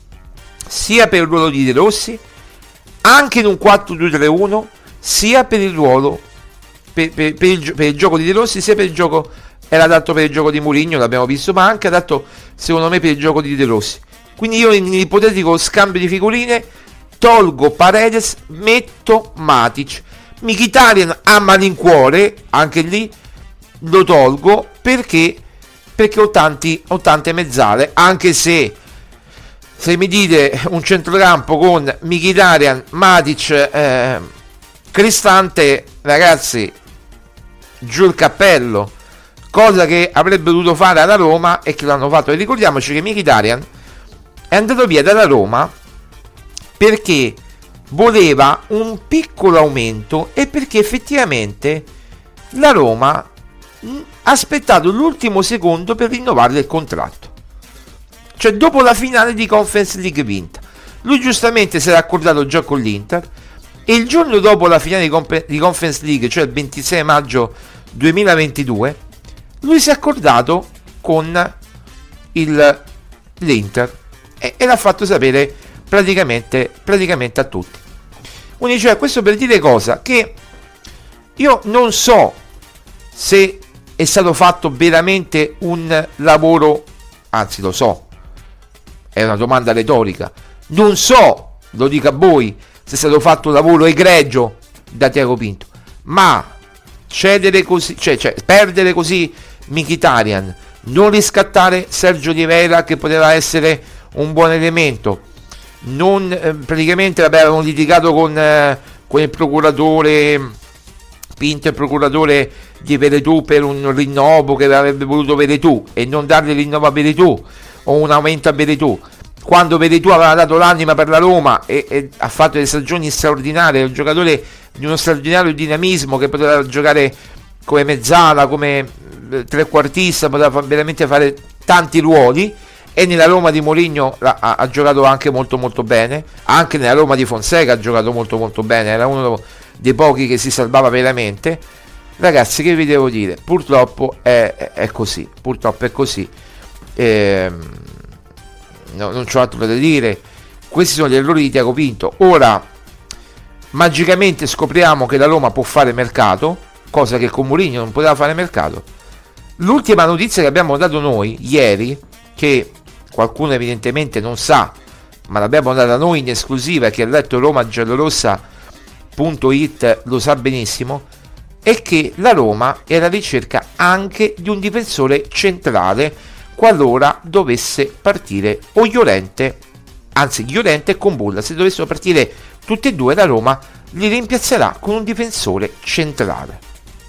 sia per il ruolo di De Rossi, anche in un quattro due tre uno, sia per il ruolo per, per, per, il, per il gioco di De Rossi, sia per il gioco, era adatto per il gioco di Mourinho, l'abbiamo visto, ma anche adatto secondo me per il gioco di De Rossi. Quindi io in ipotetico scambio di figurine tolgo Paredes, metto Matic. Mkhitaryan a malincuore, anche lì lo tolgo perché perché ho tanti ho tante mezzale, anche se se mi dite un centrocampo con Mkhitaryan, Matic, eh, Cristante, ragazzi, giù il cappello, cosa che avrebbe dovuto fare alla Roma e che l'hanno fatto. E ricordiamoci che Mkhitaryan è andato via dalla Roma perché voleva un piccolo aumento e perché effettivamente la Roma ha aspettato l'ultimo secondo per rinnovarle il contratto, cioè dopo la finale di Conference League vinta. Lui giustamente si era accordato già con l'Inter e il giorno dopo la finale di, Comp- di Conference League, cioè il ventisei maggio duemilaventidue, lui si è accordato con il, l'Inter e, e l'ha fatto sapere praticamente, praticamente a tutti. Quindi, cioè, questo per dire cosa? Che io non so se è stato fatto veramente un lavoro, anzi lo so, è una domanda retorica, non so, lo dico a voi, se è stato fatto un lavoro egregio da Tiago Pinto, ma cedere così, cioè, cioè perdere così Mkhitaryan, non riscattare Sergio Oliveira che poteva essere un buon elemento, non eh, praticamente vabbè, avevamo litigato con, eh, con il procuratore Pinto, il procuratore di Veretù per un rinnovo che avrebbe voluto Veretù e non dargli il rinnovo a Veretù o un aumento a Veretù, quando Veretù aveva dato l'anima per la Roma e, e ha fatto delle stagioni straordinarie, è un giocatore di uno straordinario dinamismo che poteva giocare come mezzala, come trequartista, poteva veramente fare tanti ruoli, e nella Roma di Mourinho ha, ha giocato anche molto molto bene, anche nella Roma di Fonseca ha giocato molto molto bene, era uno dei pochi che si salvava veramente. Ragazzi, che vi devo dire, purtroppo è, è, è così, purtroppo è così, ehm, no, non c'ho altro da dire. Questi sono gli errori di Tiago Pinto. Ora magicamente scopriamo che la Roma può fare mercato, cosa che con Mourinho non poteva fare mercato. L'ultima notizia che abbiamo dato noi ieri, che qualcuno evidentemente non sa, ma l'abbiamo data noi in esclusiva e chi ha letto roma giallorossa punto it lo sa benissimo, è che la Roma è alla ricerca anche di un difensore centrale qualora dovesse partire o Llorente, anzi Llorente e Kumbulla, se dovessero partire tutti e due, la Roma li rimpiazzerà con un difensore centrale.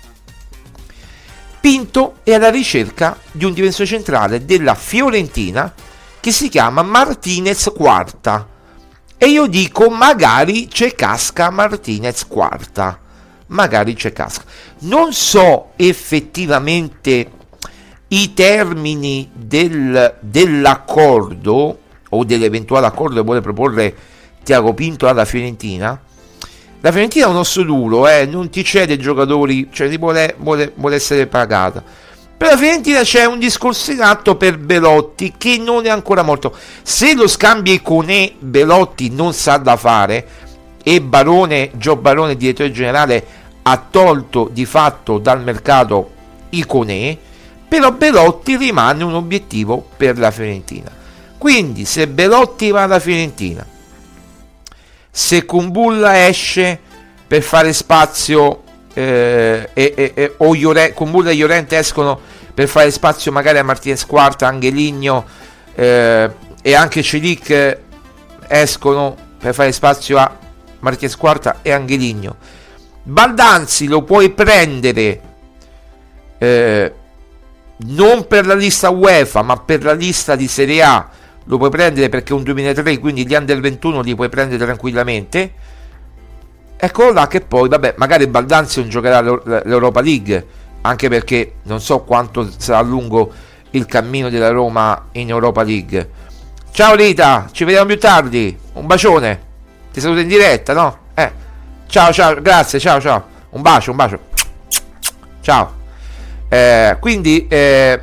Pinto è alla ricerca di un difensore centrale della Fiorentina che si chiama Martinez Quarta, e io dico magari c'è casca Martinez Quarta, magari c'è casca. Non so effettivamente i termini del, dell'accordo o dell'eventuale accordo che vuole proporre Tiago Pinto alla Fiorentina. La Fiorentina è un osso duro, eh, non ti cede giocatori, cioè vuole, vuole, vuole essere pagata. Per la Fiorentina c'è un discorso in atto per Belotti che non è ancora morto. Se lo scambio con E Belotti non sa da fare e Barone, Gio Barone, direttore generale, ha tolto di fatto dal mercato Iconè, però Belotti rimane un obiettivo per la Fiorentina. Quindi se Belotti va alla Fiorentina, se Kumbulla esce per fare spazio eh, e, e, e, o Iore, Kumbulla e Llorente escono per fare spazio magari a Martinez Quarta, Angeligno eh, e anche Celic escono per fare spazio a Martinez Quarta e Angeligno, Baldanzi lo puoi prendere eh, non per la lista UEFA ma per la lista di Serie A, lo puoi prendere perché è un duemilatré, quindi gli under ventuno li puoi prendere tranquillamente. Eccolo là che poi, vabbè, magari Baldanzi non giocherà l'Europa League, anche perché non so quanto sarà lungo il cammino della Roma in Europa League. Ciao Rita, ci vediamo più tardi, un bacione, ti saluto in diretta, no? Eh, ciao ciao, grazie, ciao ciao, un bacio, un bacio, ciao. Eh, quindi eh,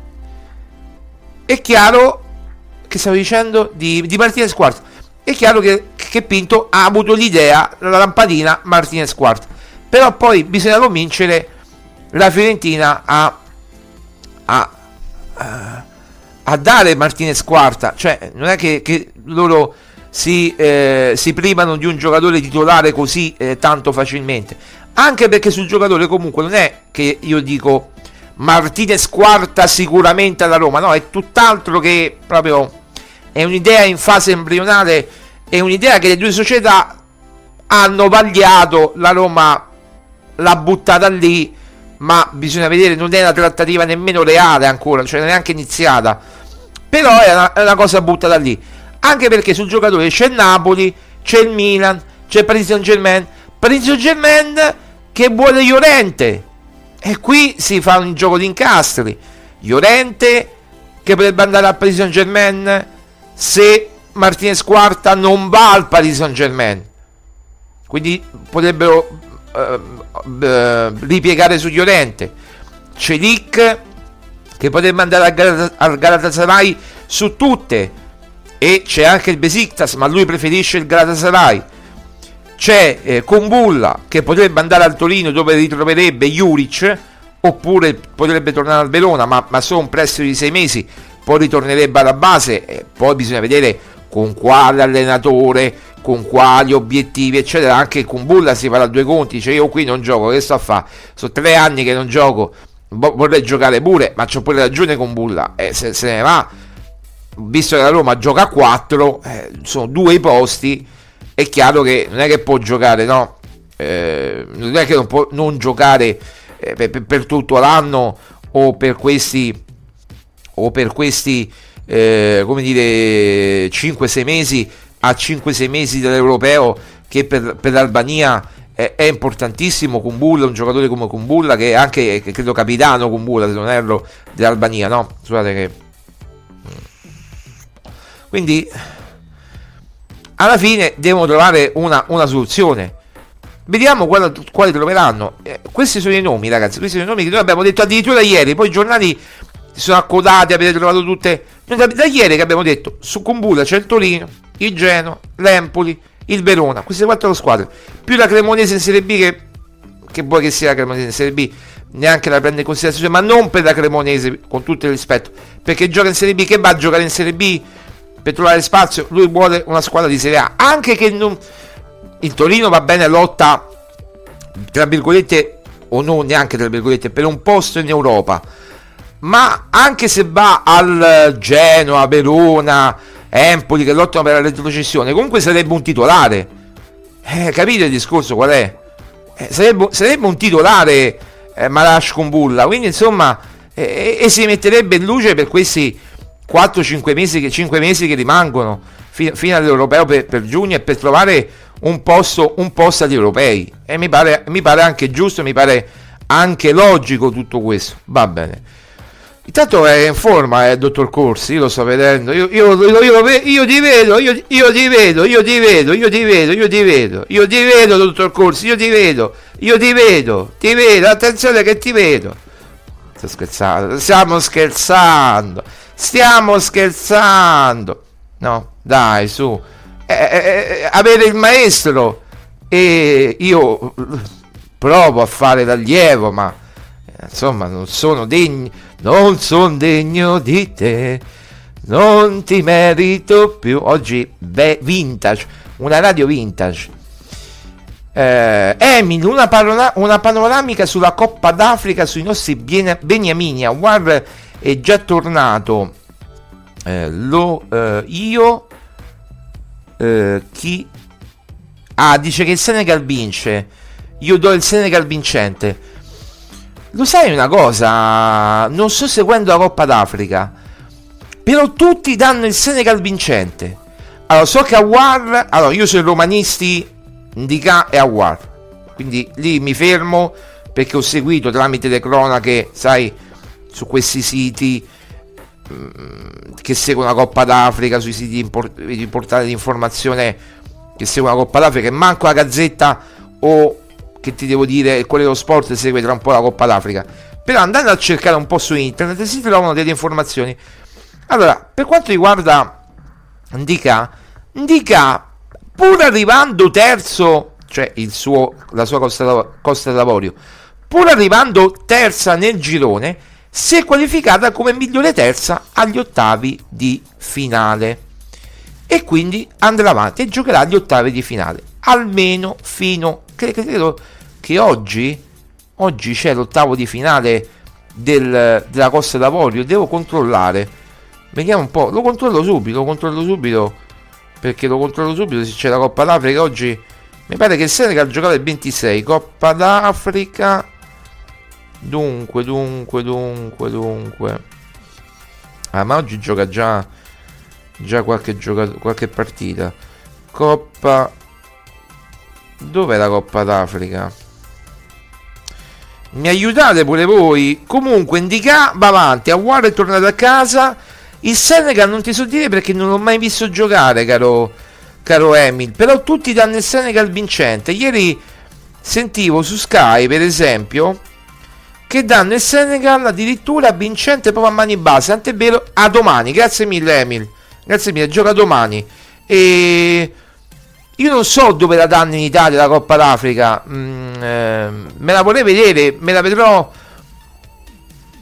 è chiaro che stavo dicendo di, di Martinez Quarta, è chiaro che, che Pinto ha avuto l'idea, la lampadina Martinez Quarta, però poi bisogna convincere la Fiorentina a, a, a, a dare Martinez Quarta, cioè non è che, che loro si, eh, si privano di un giocatore titolare così eh, tanto facilmente, anche perché sul giocatore comunque non è che io dico Martinez Quarta sicuramente alla Roma, no, è tutt'altro che proprio, è un'idea in fase embrionale, è un'idea che le due società hanno vagliato, la Roma l'ha buttata lì, ma bisogna vedere, non è una trattativa nemmeno reale ancora, cioè neanche iniziata, però è una, è una cosa buttata lì, anche perché sul giocatore c'è il Napoli, c'è il Milan, c'è il Paris Saint-Germain, Paris Saint-Germain che vuole Llorente, e qui si fa un gioco di incastri. Llorente che potrebbe andare al Paris Saint-Germain se Martinez Quarta non va al Paris Saint-Germain, quindi potrebbero eh, eh, ripiegare su Llorente. Celic che potrebbe andare al, Gal- al Galatasaray su tutte, e c'è anche il Besiktas, ma lui preferisce il Galatasaray. C'è eh, Kumbulla che potrebbe andare al Torino dove ritroverebbe Juric, oppure potrebbe tornare al Verona, ma, ma solo un prestito di sei mesi, poi ritornerebbe alla base, e poi bisogna vedere con quale allenatore, con quali obiettivi eccetera. Anche con Kumbulla si farà due conti, cioè io qui non gioco, che sto a fare? Sono tre anni che non gioco, vorrei giocare pure, ma c'ho pure ragione con Kumbulla, e se se ne va, visto che la Roma gioca a quattro, eh, sono due i posti, è chiaro che non è che può giocare, no? Eh, non è che non può non giocare eh, per, per tutto l'anno o per questi o per questi eh, come dire cinque sei mesi, a cinque sei mesi dell'Europeo, che per, per l'Albania è, è importantissimo. Kumbulla, un giocatore come Kumbulla, che è anche, che credo capitano Kumbulla, se non erro, dell'Albania, no? Scusate che quindi alla fine devono trovare una, una soluzione. Vediamo quale, quali troveranno. Eh, questi sono i nomi, ragazzi. Questi sono i nomi che noi abbiamo detto addirittura ieri. Poi i giornali si sono accodati, avete trovato tutte. Noi da, da ieri che abbiamo detto su Kumbulla c'è il Torino, il Genoa, l'Empoli, il Verona. Queste quattro squadre. Più la Cremonese in Serie B, che, che vuoi che sia la Cremonese in Serie B, neanche la prende in considerazione. Ma non per la Cremonese, con tutto il rispetto, perché gioca in Serie B. Che va a giocare in Serie B per trovare spazio? Lui vuole una squadra di Serie A, anche che non, il Torino va bene, lotta tra virgolette o non neanche tra virgolette per un posto in Europa, ma anche se va al Genoa, Verona, Empoli che lottano per la retrocessione, comunque sarebbe un titolare. Eh, capite il discorso qual è? Eh, sarebbe, sarebbe un titolare eh, Marash Kumbulla, quindi insomma eh, e si metterebbe in luce per questi quattro cinque mesi che, cinque mesi che rimangono fino, fino all'Europeo per, per giugno, e per trovare un posto, un posto agli europei. E mi pare, mi pare anche giusto, mi pare anche logico tutto questo. Va bene. Intanto è in forma, eh, dottor Corsi, io lo sto vedendo. Io, io, io, io, io ti vedo, io, io ti vedo, io ti vedo, io ti vedo, io ti vedo, io ti vedo, dottor Corsi, io ti vedo, io ti vedo, ti vedo, attenzione che ti vedo. Sto scherzando, stiamo scherzando. Stiamo scherzando, no? Dai, su, eh, eh, avere il maestro, e io provo a fare l'allievo, ma eh, insomma non sono degno, non sono degno di te, non ti merito più. Oggi beh, vintage, una radio vintage. Eh, Emil, una, parola, una panoramica sulla Coppa d'Africa, sui nostri beniamini. Awar è già tornato. Eh, lo eh, io eh, chi ah dice che il Senegal vince. Io do il Senegal vincente. Lo sai una cosa? Non sto seguendo la Coppa d'Africa, però tutti danno il Senegal vincente. Allora so che Awar, allora io sono romanisti, Ndicà e Awar, quindi lì mi fermo, perché ho seguito tramite le cronache, sai, su questi siti mh, che seguono la Coppa d'Africa, sui siti import- di portale di informazione che seguono la Coppa d'Africa, e manco la Gazzetta o, che ti devo dire, il Corriere dello Sport segue tra un po' la Coppa d'Africa. Però andando a cercare un po' su internet si trovano delle informazioni. Allora, per quanto riguarda Ndicà, Ndicà pur arrivando terzo, cioè il suo, la sua Costa, Costa d'Avorio, pur arrivando terza nel girone, si è qualificata come migliore terza agli ottavi di finale, e quindi andrà avanti e giocherà agli ottavi di finale almeno fino, credo che oggi oggi c'è l'ottavo di finale del, della Costa d'Avorio. Devo controllare, vediamo un po', lo controllo subito, lo controllo subito perché lo controllo subito se c'è la Coppa d'Africa oggi. Mi pare che il Senegal giocava il ventisei, Coppa d'Africa, dunque dunque dunque dunque ah, ma oggi gioca già già qualche giocato, qualche partita. Coppa, dov'è la Coppa d'Africa? Mi aiutate pure voi. Comunque Ndicà va avanti, Awar è tornato a casa. Il Senegal non ti so dire perché non l'ho mai visto giocare, caro, caro Emil, però tutti danno il Senegal vincente. Ieri sentivo su Sky, per esempio, che danno il Senegal addirittura vincente proprio a mani basse, tant'è vero, a domani. Grazie mille Emil, grazie mille, gioca domani. E io non so dove la danno in Italia la Coppa d'Africa, mm, eh, me la vorrei vedere, me la vedrò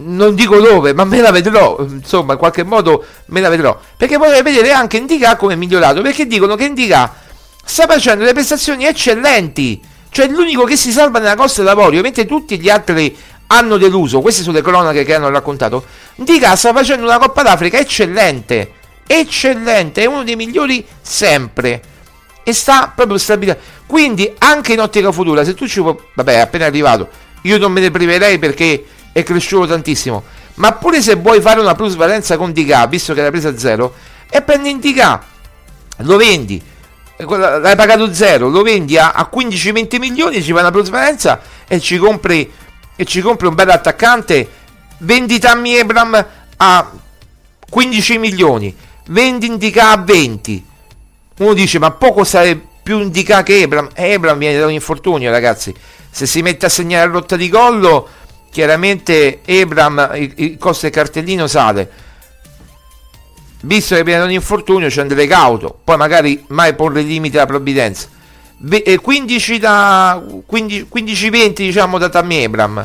non dico dove, ma me la vedrò, insomma in qualche modo me la vedrò, perché vorrei vedere anche Ndicà come è migliorato, perché dicono che Ndicà sta facendo delle prestazioni eccellenti, cioè l'unico che si salva nella Costa d'Avorio, mentre tutti gli altri hanno deluso. Queste sono le cronache che hanno raccontato. Ndicà sta facendo una Coppa d'Africa eccellente, eccellente, è uno dei migliori sempre, e sta proprio stabilito. Quindi anche in ottica futura, se tu ci vuoi, vabbè, è appena arrivato, io non me ne priverei perché è cresciuto tantissimo, ma pure se vuoi fare una plusvalenza con Ndicà, visto che l'hai presa a zero, e prendi Ndicà, lo vendi, l'hai pagato zero, lo vendi a, a quindici venti milioni, ci fai una plusvalenza e ci compri e ci compri un bel attaccante. Vendi Tammy Abraham a quindici milioni, vendi Ndicà a venti. Uno dice ma poco sarebbe più Ndicà che Abraham. E Abraham viene da un infortunio, ragazzi, se si mette a segnare a rotta di collo chiaramente Abraham il, il costo del cartellino sale. Visto che viene da un infortunio c'è andare cauto, poi magari mai porre limite alla provvidenza. quindici da quindici venti diciamo da Tammy Abraham,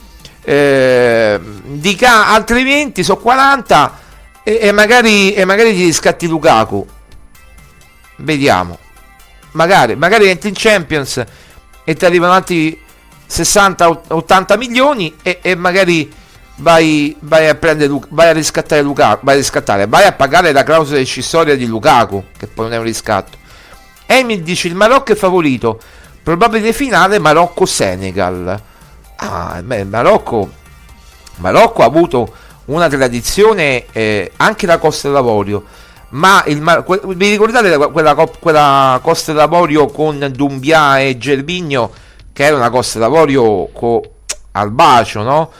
eh, Ndicà altri venti, sono quaranta, e, e magari e magari ti riscatti Lukaku, vediamo, magari magari entri in Champions e ti arrivano altri sessanta ottanta milioni e, e magari vai, vai a prendere vai a riscattare Lukaku, vai a riscattare vai a pagare la clausola rescissoria di Lukaku, che poi non è un riscatto. Emil dice il Marocco è favorito, probabile finale Marocco-Senegal. Ah, beh, Marocco Marocco ha avuto una tradizione, eh, anche la Costa d'Avorio, ma il Mar- que- vi ricordate quella, quella Costa d'Avorio con Doumbia e Gervinho, che era una Costa d'Avorio co- al bacio, no?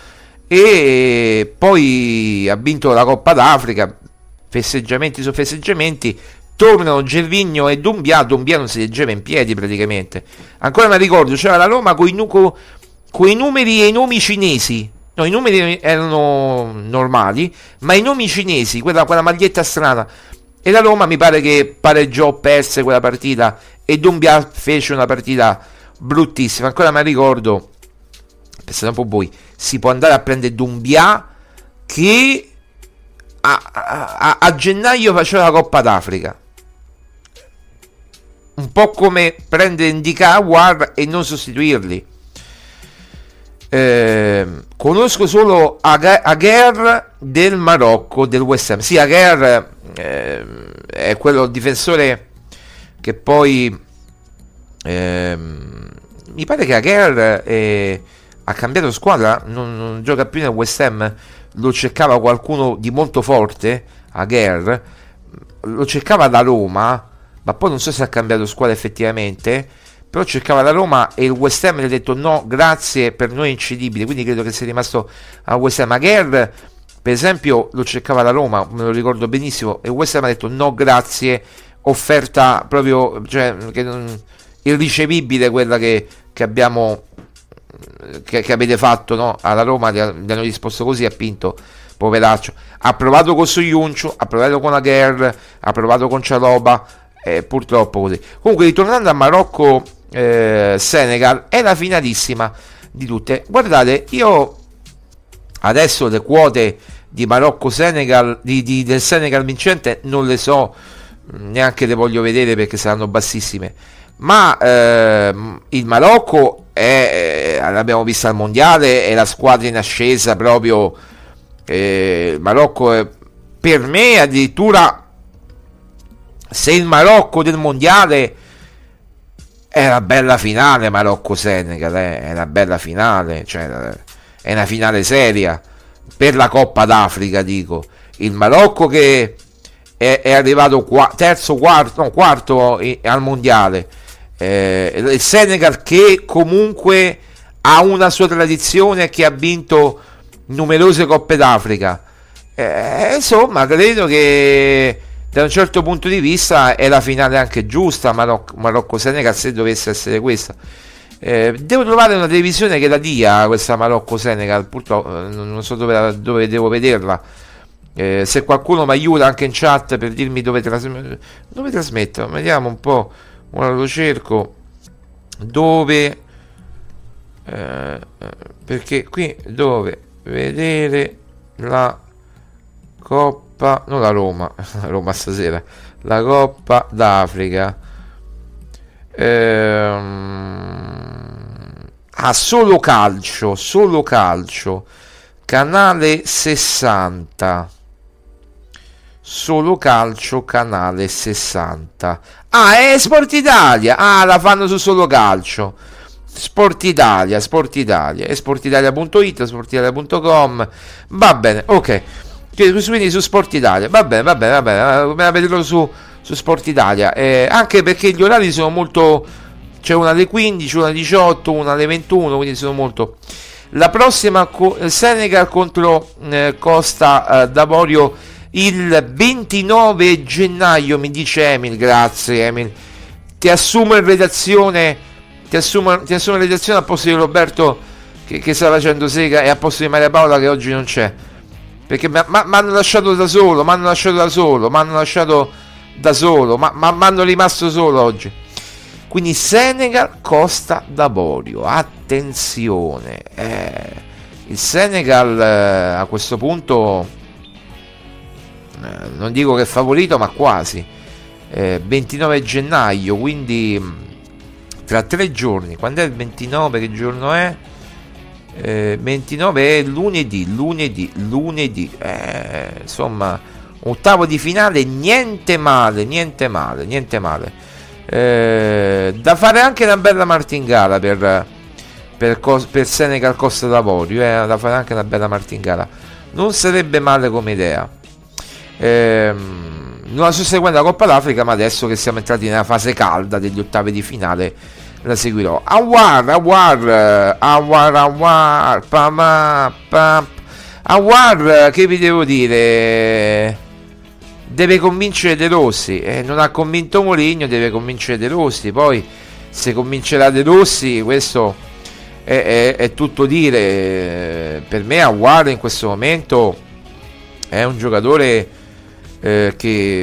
E poi ha vinto la Coppa d'Africa, festeggiamenti su festeggiamenti, tornano Gervinho e Doumbia, Doumbia non si leggeva in piedi praticamente, ancora mi ricordo, c'era la Roma con i nu- numeri e i nomi cinesi, no, i numeri erano normali, ma i nomi cinesi, quella, quella maglietta strana, e la Roma mi pare che pareggiò, perse quella partita, e Doumbia fece una partita bruttissima, ancora mi ricordo, pensate un po' voi, si può andare a prendere Doumbia che a, a, a, a gennaio faceva la Coppa d'Africa, un po' come prendere Ndicà a War e non sostituirli. Eh, conosco solo Aguer del Marocco, del West Ham. Sì, Aguer eh, è quello difensore che poi eh, mi pare che Aguer eh, ha cambiato squadra, non, non gioca più nel West Ham, lo cercava qualcuno di molto forte. Aguer lo cercava da Roma, ma poi non so se ha cambiato squadra effettivamente, però cercava la Roma e il West Ham gli ha detto no grazie, per noi è incedibile, quindi credo che sia rimasto a West Ham. Aguer per esempio lo cercava la Roma, me lo ricordo benissimo, e il West Ham ha detto no grazie, offerta proprio, cioè, che non, irricevibile quella che, che abbiamo che, che avete fatto, no? Alla Roma gli hanno risposto così, ha pinto, poveraccio. Ha provato con Soyuncu, ha provato con Aguer, ha provato con Cialoba, eh, purtroppo così. Comunque, ritornando a Marocco eh, Senegal, è la finalissima di tutte. Guardate, io adesso le quote di Marocco Senegal, di, di, del Senegal vincente non le so, neanche le voglio vedere perché saranno bassissime, ma eh, il Marocco è, eh, l'abbiamo visto al mondiale, è la squadra in ascesa proprio. Eh, il Marocco è, per me addirittura, se il Marocco del mondiale è una bella finale, Marocco Senegal eh, è una bella finale, cioè è una finale seria per la Coppa d'Africa, dico. Il Marocco che è, è arrivato qua, terzo, quarto, no, quarto eh, al mondiale, eh, il Senegal che comunque ha una sua tradizione, che ha vinto numerose Coppe d'Africa, eh, insomma credo che da un certo punto di vista è la finale anche giusta, Marocco, Marocco Senegal, se dovesse essere questa. Eh, devo trovare una televisione che la dia questa Marocco Senegal, purtroppo non so dove, dove devo vederla. Eh, se qualcuno mi aiuta anche in chat per dirmi dove, trasm- dove trasmettono, vediamo un po', ora lo cerco, dove eh, perché qui dove vedere la Coppa, non la Roma, Roma stasera, la Coppa d'Africa. Ehm, ah, solo calcio, solo calcio, canale sessanta. Solo calcio, canale sessanta. Ah, è Sport Italia. Ah, la fanno su solo calcio. Sport Italia, Sport Italia, è sportitalia punto it, sportitalia punto com. Va bene, ok. Quindi su Sport Italia. Va bene, va bene, va bene. Me la vedrò su, su Sport Italia. Eh, anche perché gli orari sono molto. C'è una alle quindici, una alle diciotto, una alle ventuno, quindi sono molto. La prossima co- Senegal contro eh, Costa eh, d'Avorio il ventinove gennaio, mi dice Emil. Grazie Emil, ti assumo in redazione, ti assumo, ti assumo in redazione al posto di Roberto che, che sta facendo sega, e al posto di Maria Paola che oggi non c'è, perché mi hanno lasciato da solo, mi hanno lasciato da solo, mi hanno lasciato da solo, ma mi hanno rimasto solo oggi. Quindi Senegal Costa d'Avorio, attenzione, eh, il Senegal eh, a questo punto non dico che è favorito, ma quasi. eh, ventinove gennaio, quindi tra tre giorni. Quando è il ventinove? Che giorno è? Eh, ventinove è lunedì, lunedì, lunedì. Eh, insomma, ottavo di finale, niente male, niente male, niente male. Eh, da fare anche una bella martingala per, per, per Senegal Costa d'Avorio. Eh, da fare anche una bella martingala. Non sarebbe male come idea. Ehm, non la sto seguendo la Coppa d'Africa, ma adesso che siamo entrati nella fase calda degli ottavi di finale la seguirò. Awar, Awar, Awar, Awar, pam, pam. Awar, che vi devo dire? Deve convincere De Rossi, eh, non ha convinto Mourinho, deve convincere De Rossi. Poi se convincerà De Rossi, questo è, è, è tutto dire. Per me Awar in questo momento è un giocatore Eh, che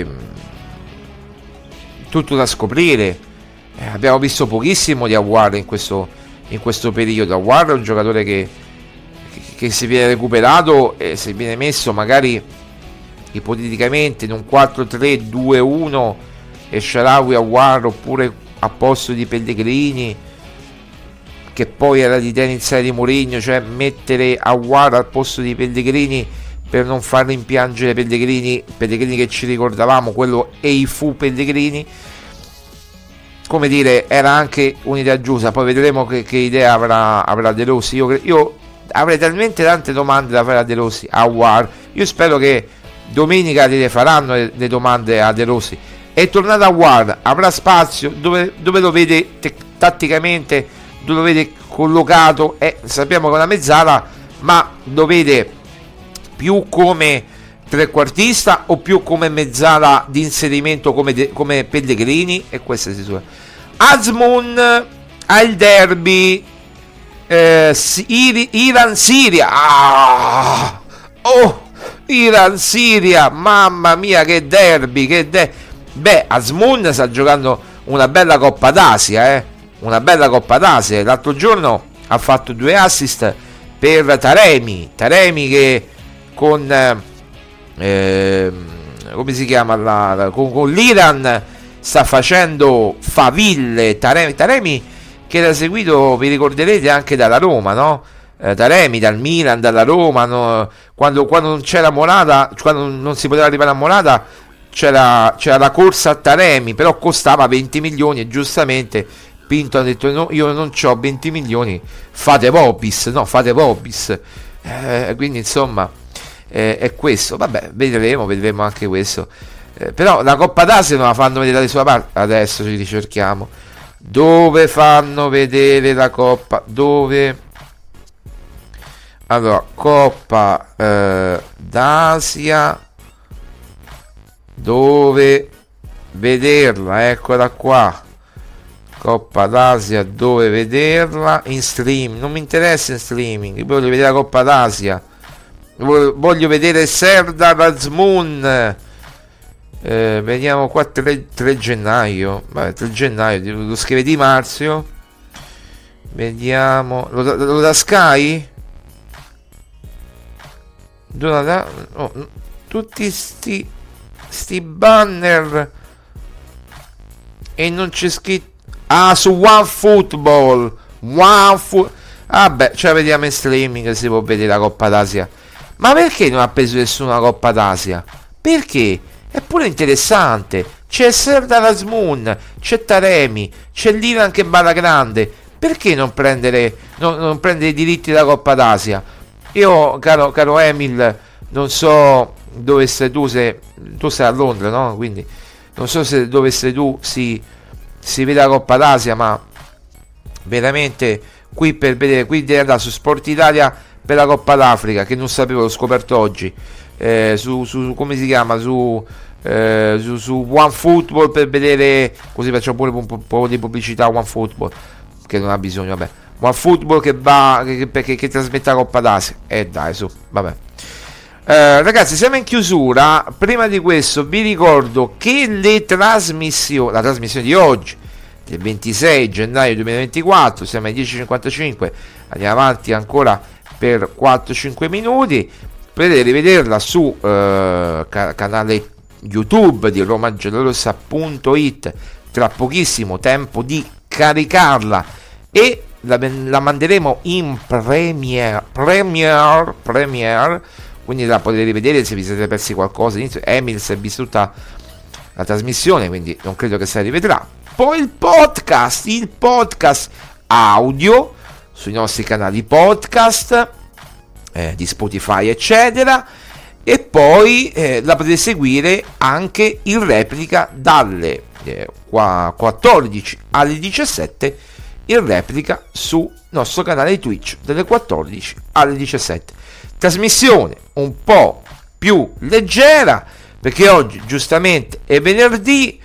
tutto da scoprire. Eh, abbiamo visto pochissimo di Awar in questo, in questo periodo. Awar è un giocatore che, che, che se viene recuperato e se viene messo magari ipoteticamente in un quattro tre due uno e Shaarawy Awar, oppure a posto di Pellegrini, che poi era l'idea iniziale di Mourinho, cioè mettere Awar al posto di Pellegrini per non far rimpiangere Pellegrini, Pellegrini che ci ricordavamo, quello Eifu Pellegrini. Come dire, era anche un'idea giusta. Poi vedremo che, che idea avrà, avrà De Rossi. Io, io avrei talmente tante domande da fare a De Rossi, a Awar. Io spero che domenica le faranno le, le domande a De Rossi. È tornato a Awar, avrà spazio, dove, dove lo vede te, tatticamente, dove lo vede collocato. Eh, sappiamo che è una mezzala, ma lo vede più come trequartista o più come mezzala di inserimento come, de, come Pellegrini? E questa si sua. Azmoun al derby eh, Iran-Siria. Ah! Oh, Iran-Siria, mamma mia, che derby, che de- beh, Azmoun sta giocando una bella Coppa d'Asia, eh? Una bella Coppa d'Asia. L'altro giorno ha fatto due assist per Taremi, Taremi che con eh, come si chiama la, la, con, con l'Iran sta facendo faville. Taremi, Taremi che era seguito, vi ricorderete, anche dalla Roma, no? Eh, Taremi dal Milan, dalla Roma, no? quando, quando non c'era Morata, quando non si poteva arrivare a Morata, c'era, c'era la corsa a Taremi, però costava venti milioni e giustamente Pinto ha detto no, io non ho venti milioni, fate Vobis, no, fate Vobis. Eh, quindi insomma Eh, è questo, vabbè, vedremo, vedremo anche questo. Eh, però la Coppa d'Asia non la fanno vedere dalle sue parti. Adesso ci ricerchiamo dove fanno vedere la Coppa, dove. Allora, Coppa eh, d'Asia, dove vederla, eccola qua. Coppa d'Asia, dove vederla? In stream, non mi interessa in streaming, io voglio vedere la Coppa d'Asia. Voglio vedere Serdar Azmoun. Eh, vediamo qua, tre, tre gennaio. Vabbè, tre gennaio, lo scrive Di Marzio. Vediamo. Lo, lo da Sky? oh, tutti sti sti banner e non c'è scritto. Ah, su OneFootball. OneFootball. Vabbè, ce la vediamo in streaming, si può vedere la Coppa d'Asia. Ma perché non ha preso nessuno la Coppa d'Asia? Perché? È pure interessante. C'è Serdar Azmoun, c'è Taremi, c'è l'Iran che balla grande. Perché non prendere, non, non prendere i diritti della Coppa d'Asia? Io, caro, caro Emil, non so dove sei tu, se tu sei a Londra, no? Quindi non so se dove sei tu si, si vede la Coppa d'Asia, ma veramente qui per vedere, qui devi andare su Sport Italia per la Coppa d'Africa, che non sapevo, l'ho scoperto oggi, eh, su, su come si chiama, su, eh, su, su OneFootball per vedere, così faccio pure un po', un po' di pubblicità a OneFootball, che non ha bisogno, vabbè, OneFootball che va, che, che, che, che trasmette la Coppa d'Asia, e eh, dai, su, vabbè. Uh, ragazzi, siamo in chiusura. Prima di questo vi ricordo che le trasmissioni, la trasmissione di oggi, del ventisei gennaio duemilaventiquattro, siamo alle dieci e cinquantacinque, andiamo avanti ancora per quattro cinque minuti. Potete rivederla su uh, ca- canale YouTube di roma giallorossa punto it, tra pochissimo tempo di caricarla, e la, la manderemo in premiere, premiere, premiere, quindi la potete rivedere se vi siete persi qualcosa. Emil si è visto tutta la trasmissione, quindi non credo che se la rivedrà. Poi il podcast, il podcast audio sui nostri canali podcast eh, di Spotify eccetera, e poi eh, la potete seguire anche in replica dalle eh, quattordici alle diciassette, in replica sul nostro canale Twitch dalle quattordici alle diciassette. Trasmissione un po' più leggera, perché oggi giustamente è venerdì,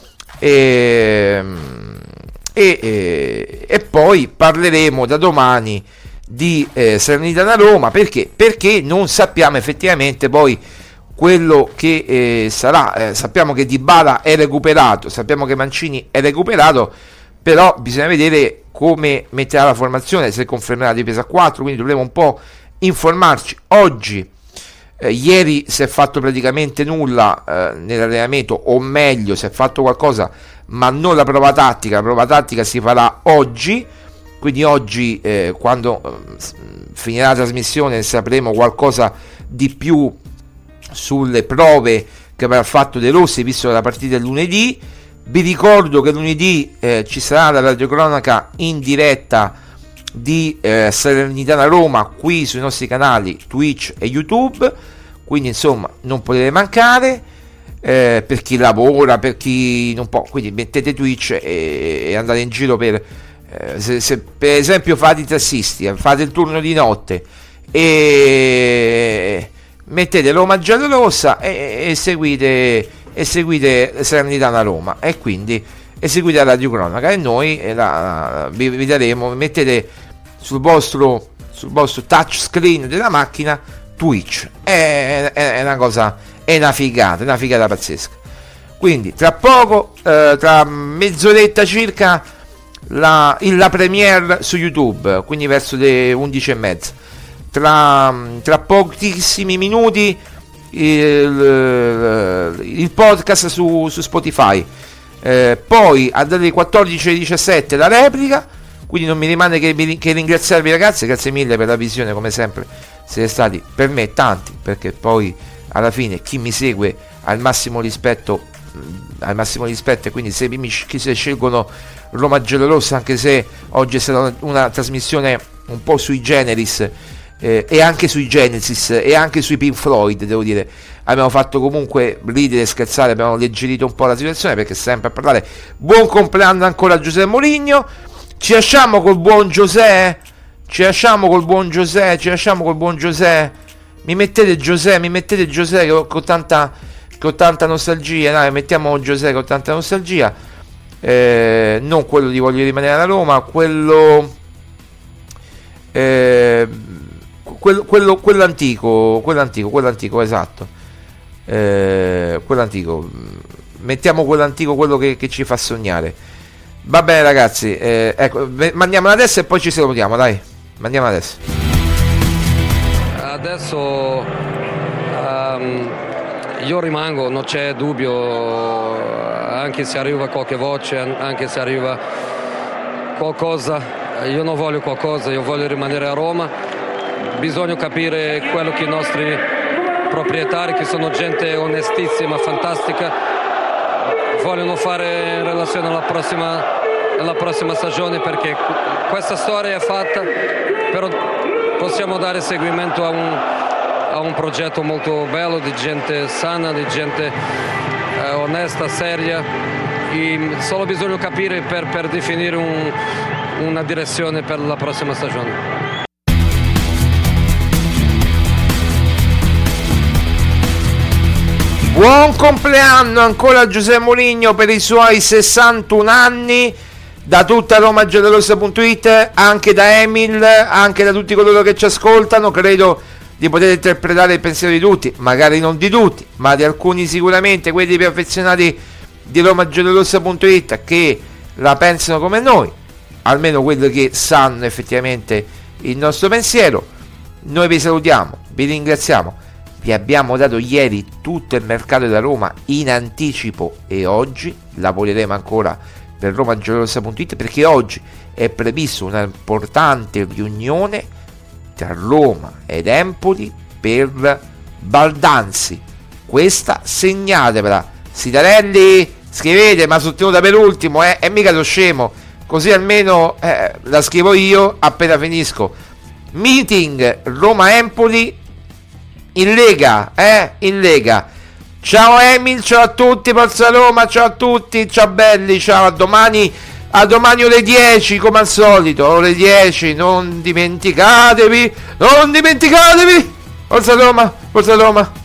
e, e, e, e poi parleremo da domani di eh, Salernitana Roma. Perché? Perché non sappiamo effettivamente poi quello che eh, sarà. Eh, sappiamo che Dybala è recuperato, sappiamo che Mancini è recuperato, però bisogna vedere come metterà la formazione, se confermerà la difesa a quattro, quindi dovremo un po' informarci. Oggi eh, ieri si è fatto praticamente nulla eh, nell'allenamento, o meglio si è fatto qualcosa ma non la prova tattica. La prova tattica si farà oggi, quindi oggi eh, quando eh, finirà la trasmissione sapremo qualcosa di più sulle prove che avrà fatto De Rossi, visto che la partita è lunedì. Vi ricordo che lunedì eh, ci sarà la radiocronaca in diretta di eh, Salernitana Roma qui sui nostri canali Twitch e YouTube, quindi insomma non potete mancare, eh, per chi lavora, per chi non può, quindi mettete Twitch e, e andate in giro per eh, se, se per esempio fate i tassisti, fate il turno di notte e mettete Roma giallorossa e, e seguite e seguite Salernitana Roma, e quindi eseguite la radiocronaca, e noi la, la, vi, vi daremo, mettete sul vostro sul vostro touch screen della macchina Twitch, è, è, è una cosa, è una figata, è una figata pazzesca. Quindi tra poco, eh, tra mezz'oretta circa, la, la premiere su YouTube, quindi verso le undici e mezza. Tra, tra pochissimi minuti il, il podcast su, su Spotify, eh, poi alle quattordici e diciassette la replica. Quindi non mi rimane che, che ringraziarvi ragazzi, grazie mille per la visione, come sempre siete stati per me tanti, perché poi alla fine chi mi segue ha il massimo rispetto, al massimo rispetto, e quindi se mi se scelgono Roma giallorossa, anche se oggi è stata una, una trasmissione un po' sui generis, eh, e anche sui Genesis e anche sui Pink Floyd, devo dire, abbiamo fatto comunque ridere e scherzare, abbiamo alleggerito un po' la situazione, perché sempre a parlare. Buon compleanno ancora a Giuseppe Mourinho. Ci lasciamo col buon Giuseppe, ci lasciamo col buon Giuseppe, ci lasciamo col buon Giuseppe. Mi mettete Giuseppe, mi mettete Giuseppe con, con tanta con tanta nostalgia, dai, mettiamo Giuseppe con tanta nostalgia. Eh, non quello di voglio rimanere alla Roma, quello eh, quello, quello, quello antico, quello antico, quello antico, esatto. Eh, quello antico. Mettiamo quello antico, quello che, che ci fa sognare. Va bene ragazzi, eh, ecco, mandiamola adesso e poi ci salutiamo, dai, mandiamo adesso. Adesso io rimango, non c'è dubbio, anche se arriva qualche voce, anche se arriva qualcosa, io non voglio qualcosa, io voglio rimanere a Roma. Bisogna capire quello che i nostri proprietari, che sono gente onestissima, fantastica, vogliono fare in relazione alla prossima, alla prossima stagione, perché questa storia è fatta, però possiamo dare seguimento a un, a un progetto molto bello, di gente sana, di gente eh, onesta, seria, e solo bisogna capire per, per definire un, una direzione per la prossima stagione. Buon compleanno ancora a Giuseppe Mourinho per i suoi sessantuno anni, da tutta Roma Giallorossa punto it, anche da Emil, anche da tutti coloro che ci ascoltano. Credo di poter interpretare il pensiero di tutti, magari non di tutti, ma di alcuni sicuramente, quelli più affezionati di Roma Giallorossa punto it, che la pensano come noi, almeno quelli che sanno effettivamente il nostro pensiero. Noi vi salutiamo, vi ringraziamo. Vi abbiamo dato ieri tutto il mercato della Roma in anticipo e oggi lavoreremo ancora per Roma Giallorossa punto it, perché oggi è previsto una importante riunione tra Roma ed Empoli per Baldanzi. Questa segnatevela. Sitarelli, scrivete, ma sono tenuta per ultimo, eh? E mica lo scemo, così almeno eh, la scrivo io appena finisco. Meeting Roma-Empoli in Lega, eh? In Lega. Ciao Emil, ciao a tutti, Forza Roma, ciao a tutti, ciao belli, ciao, a domani, a domani ore dieci, come al solito, ore dieci, non dimenticatevi, non dimenticatevi, Forza Roma, Forza Roma.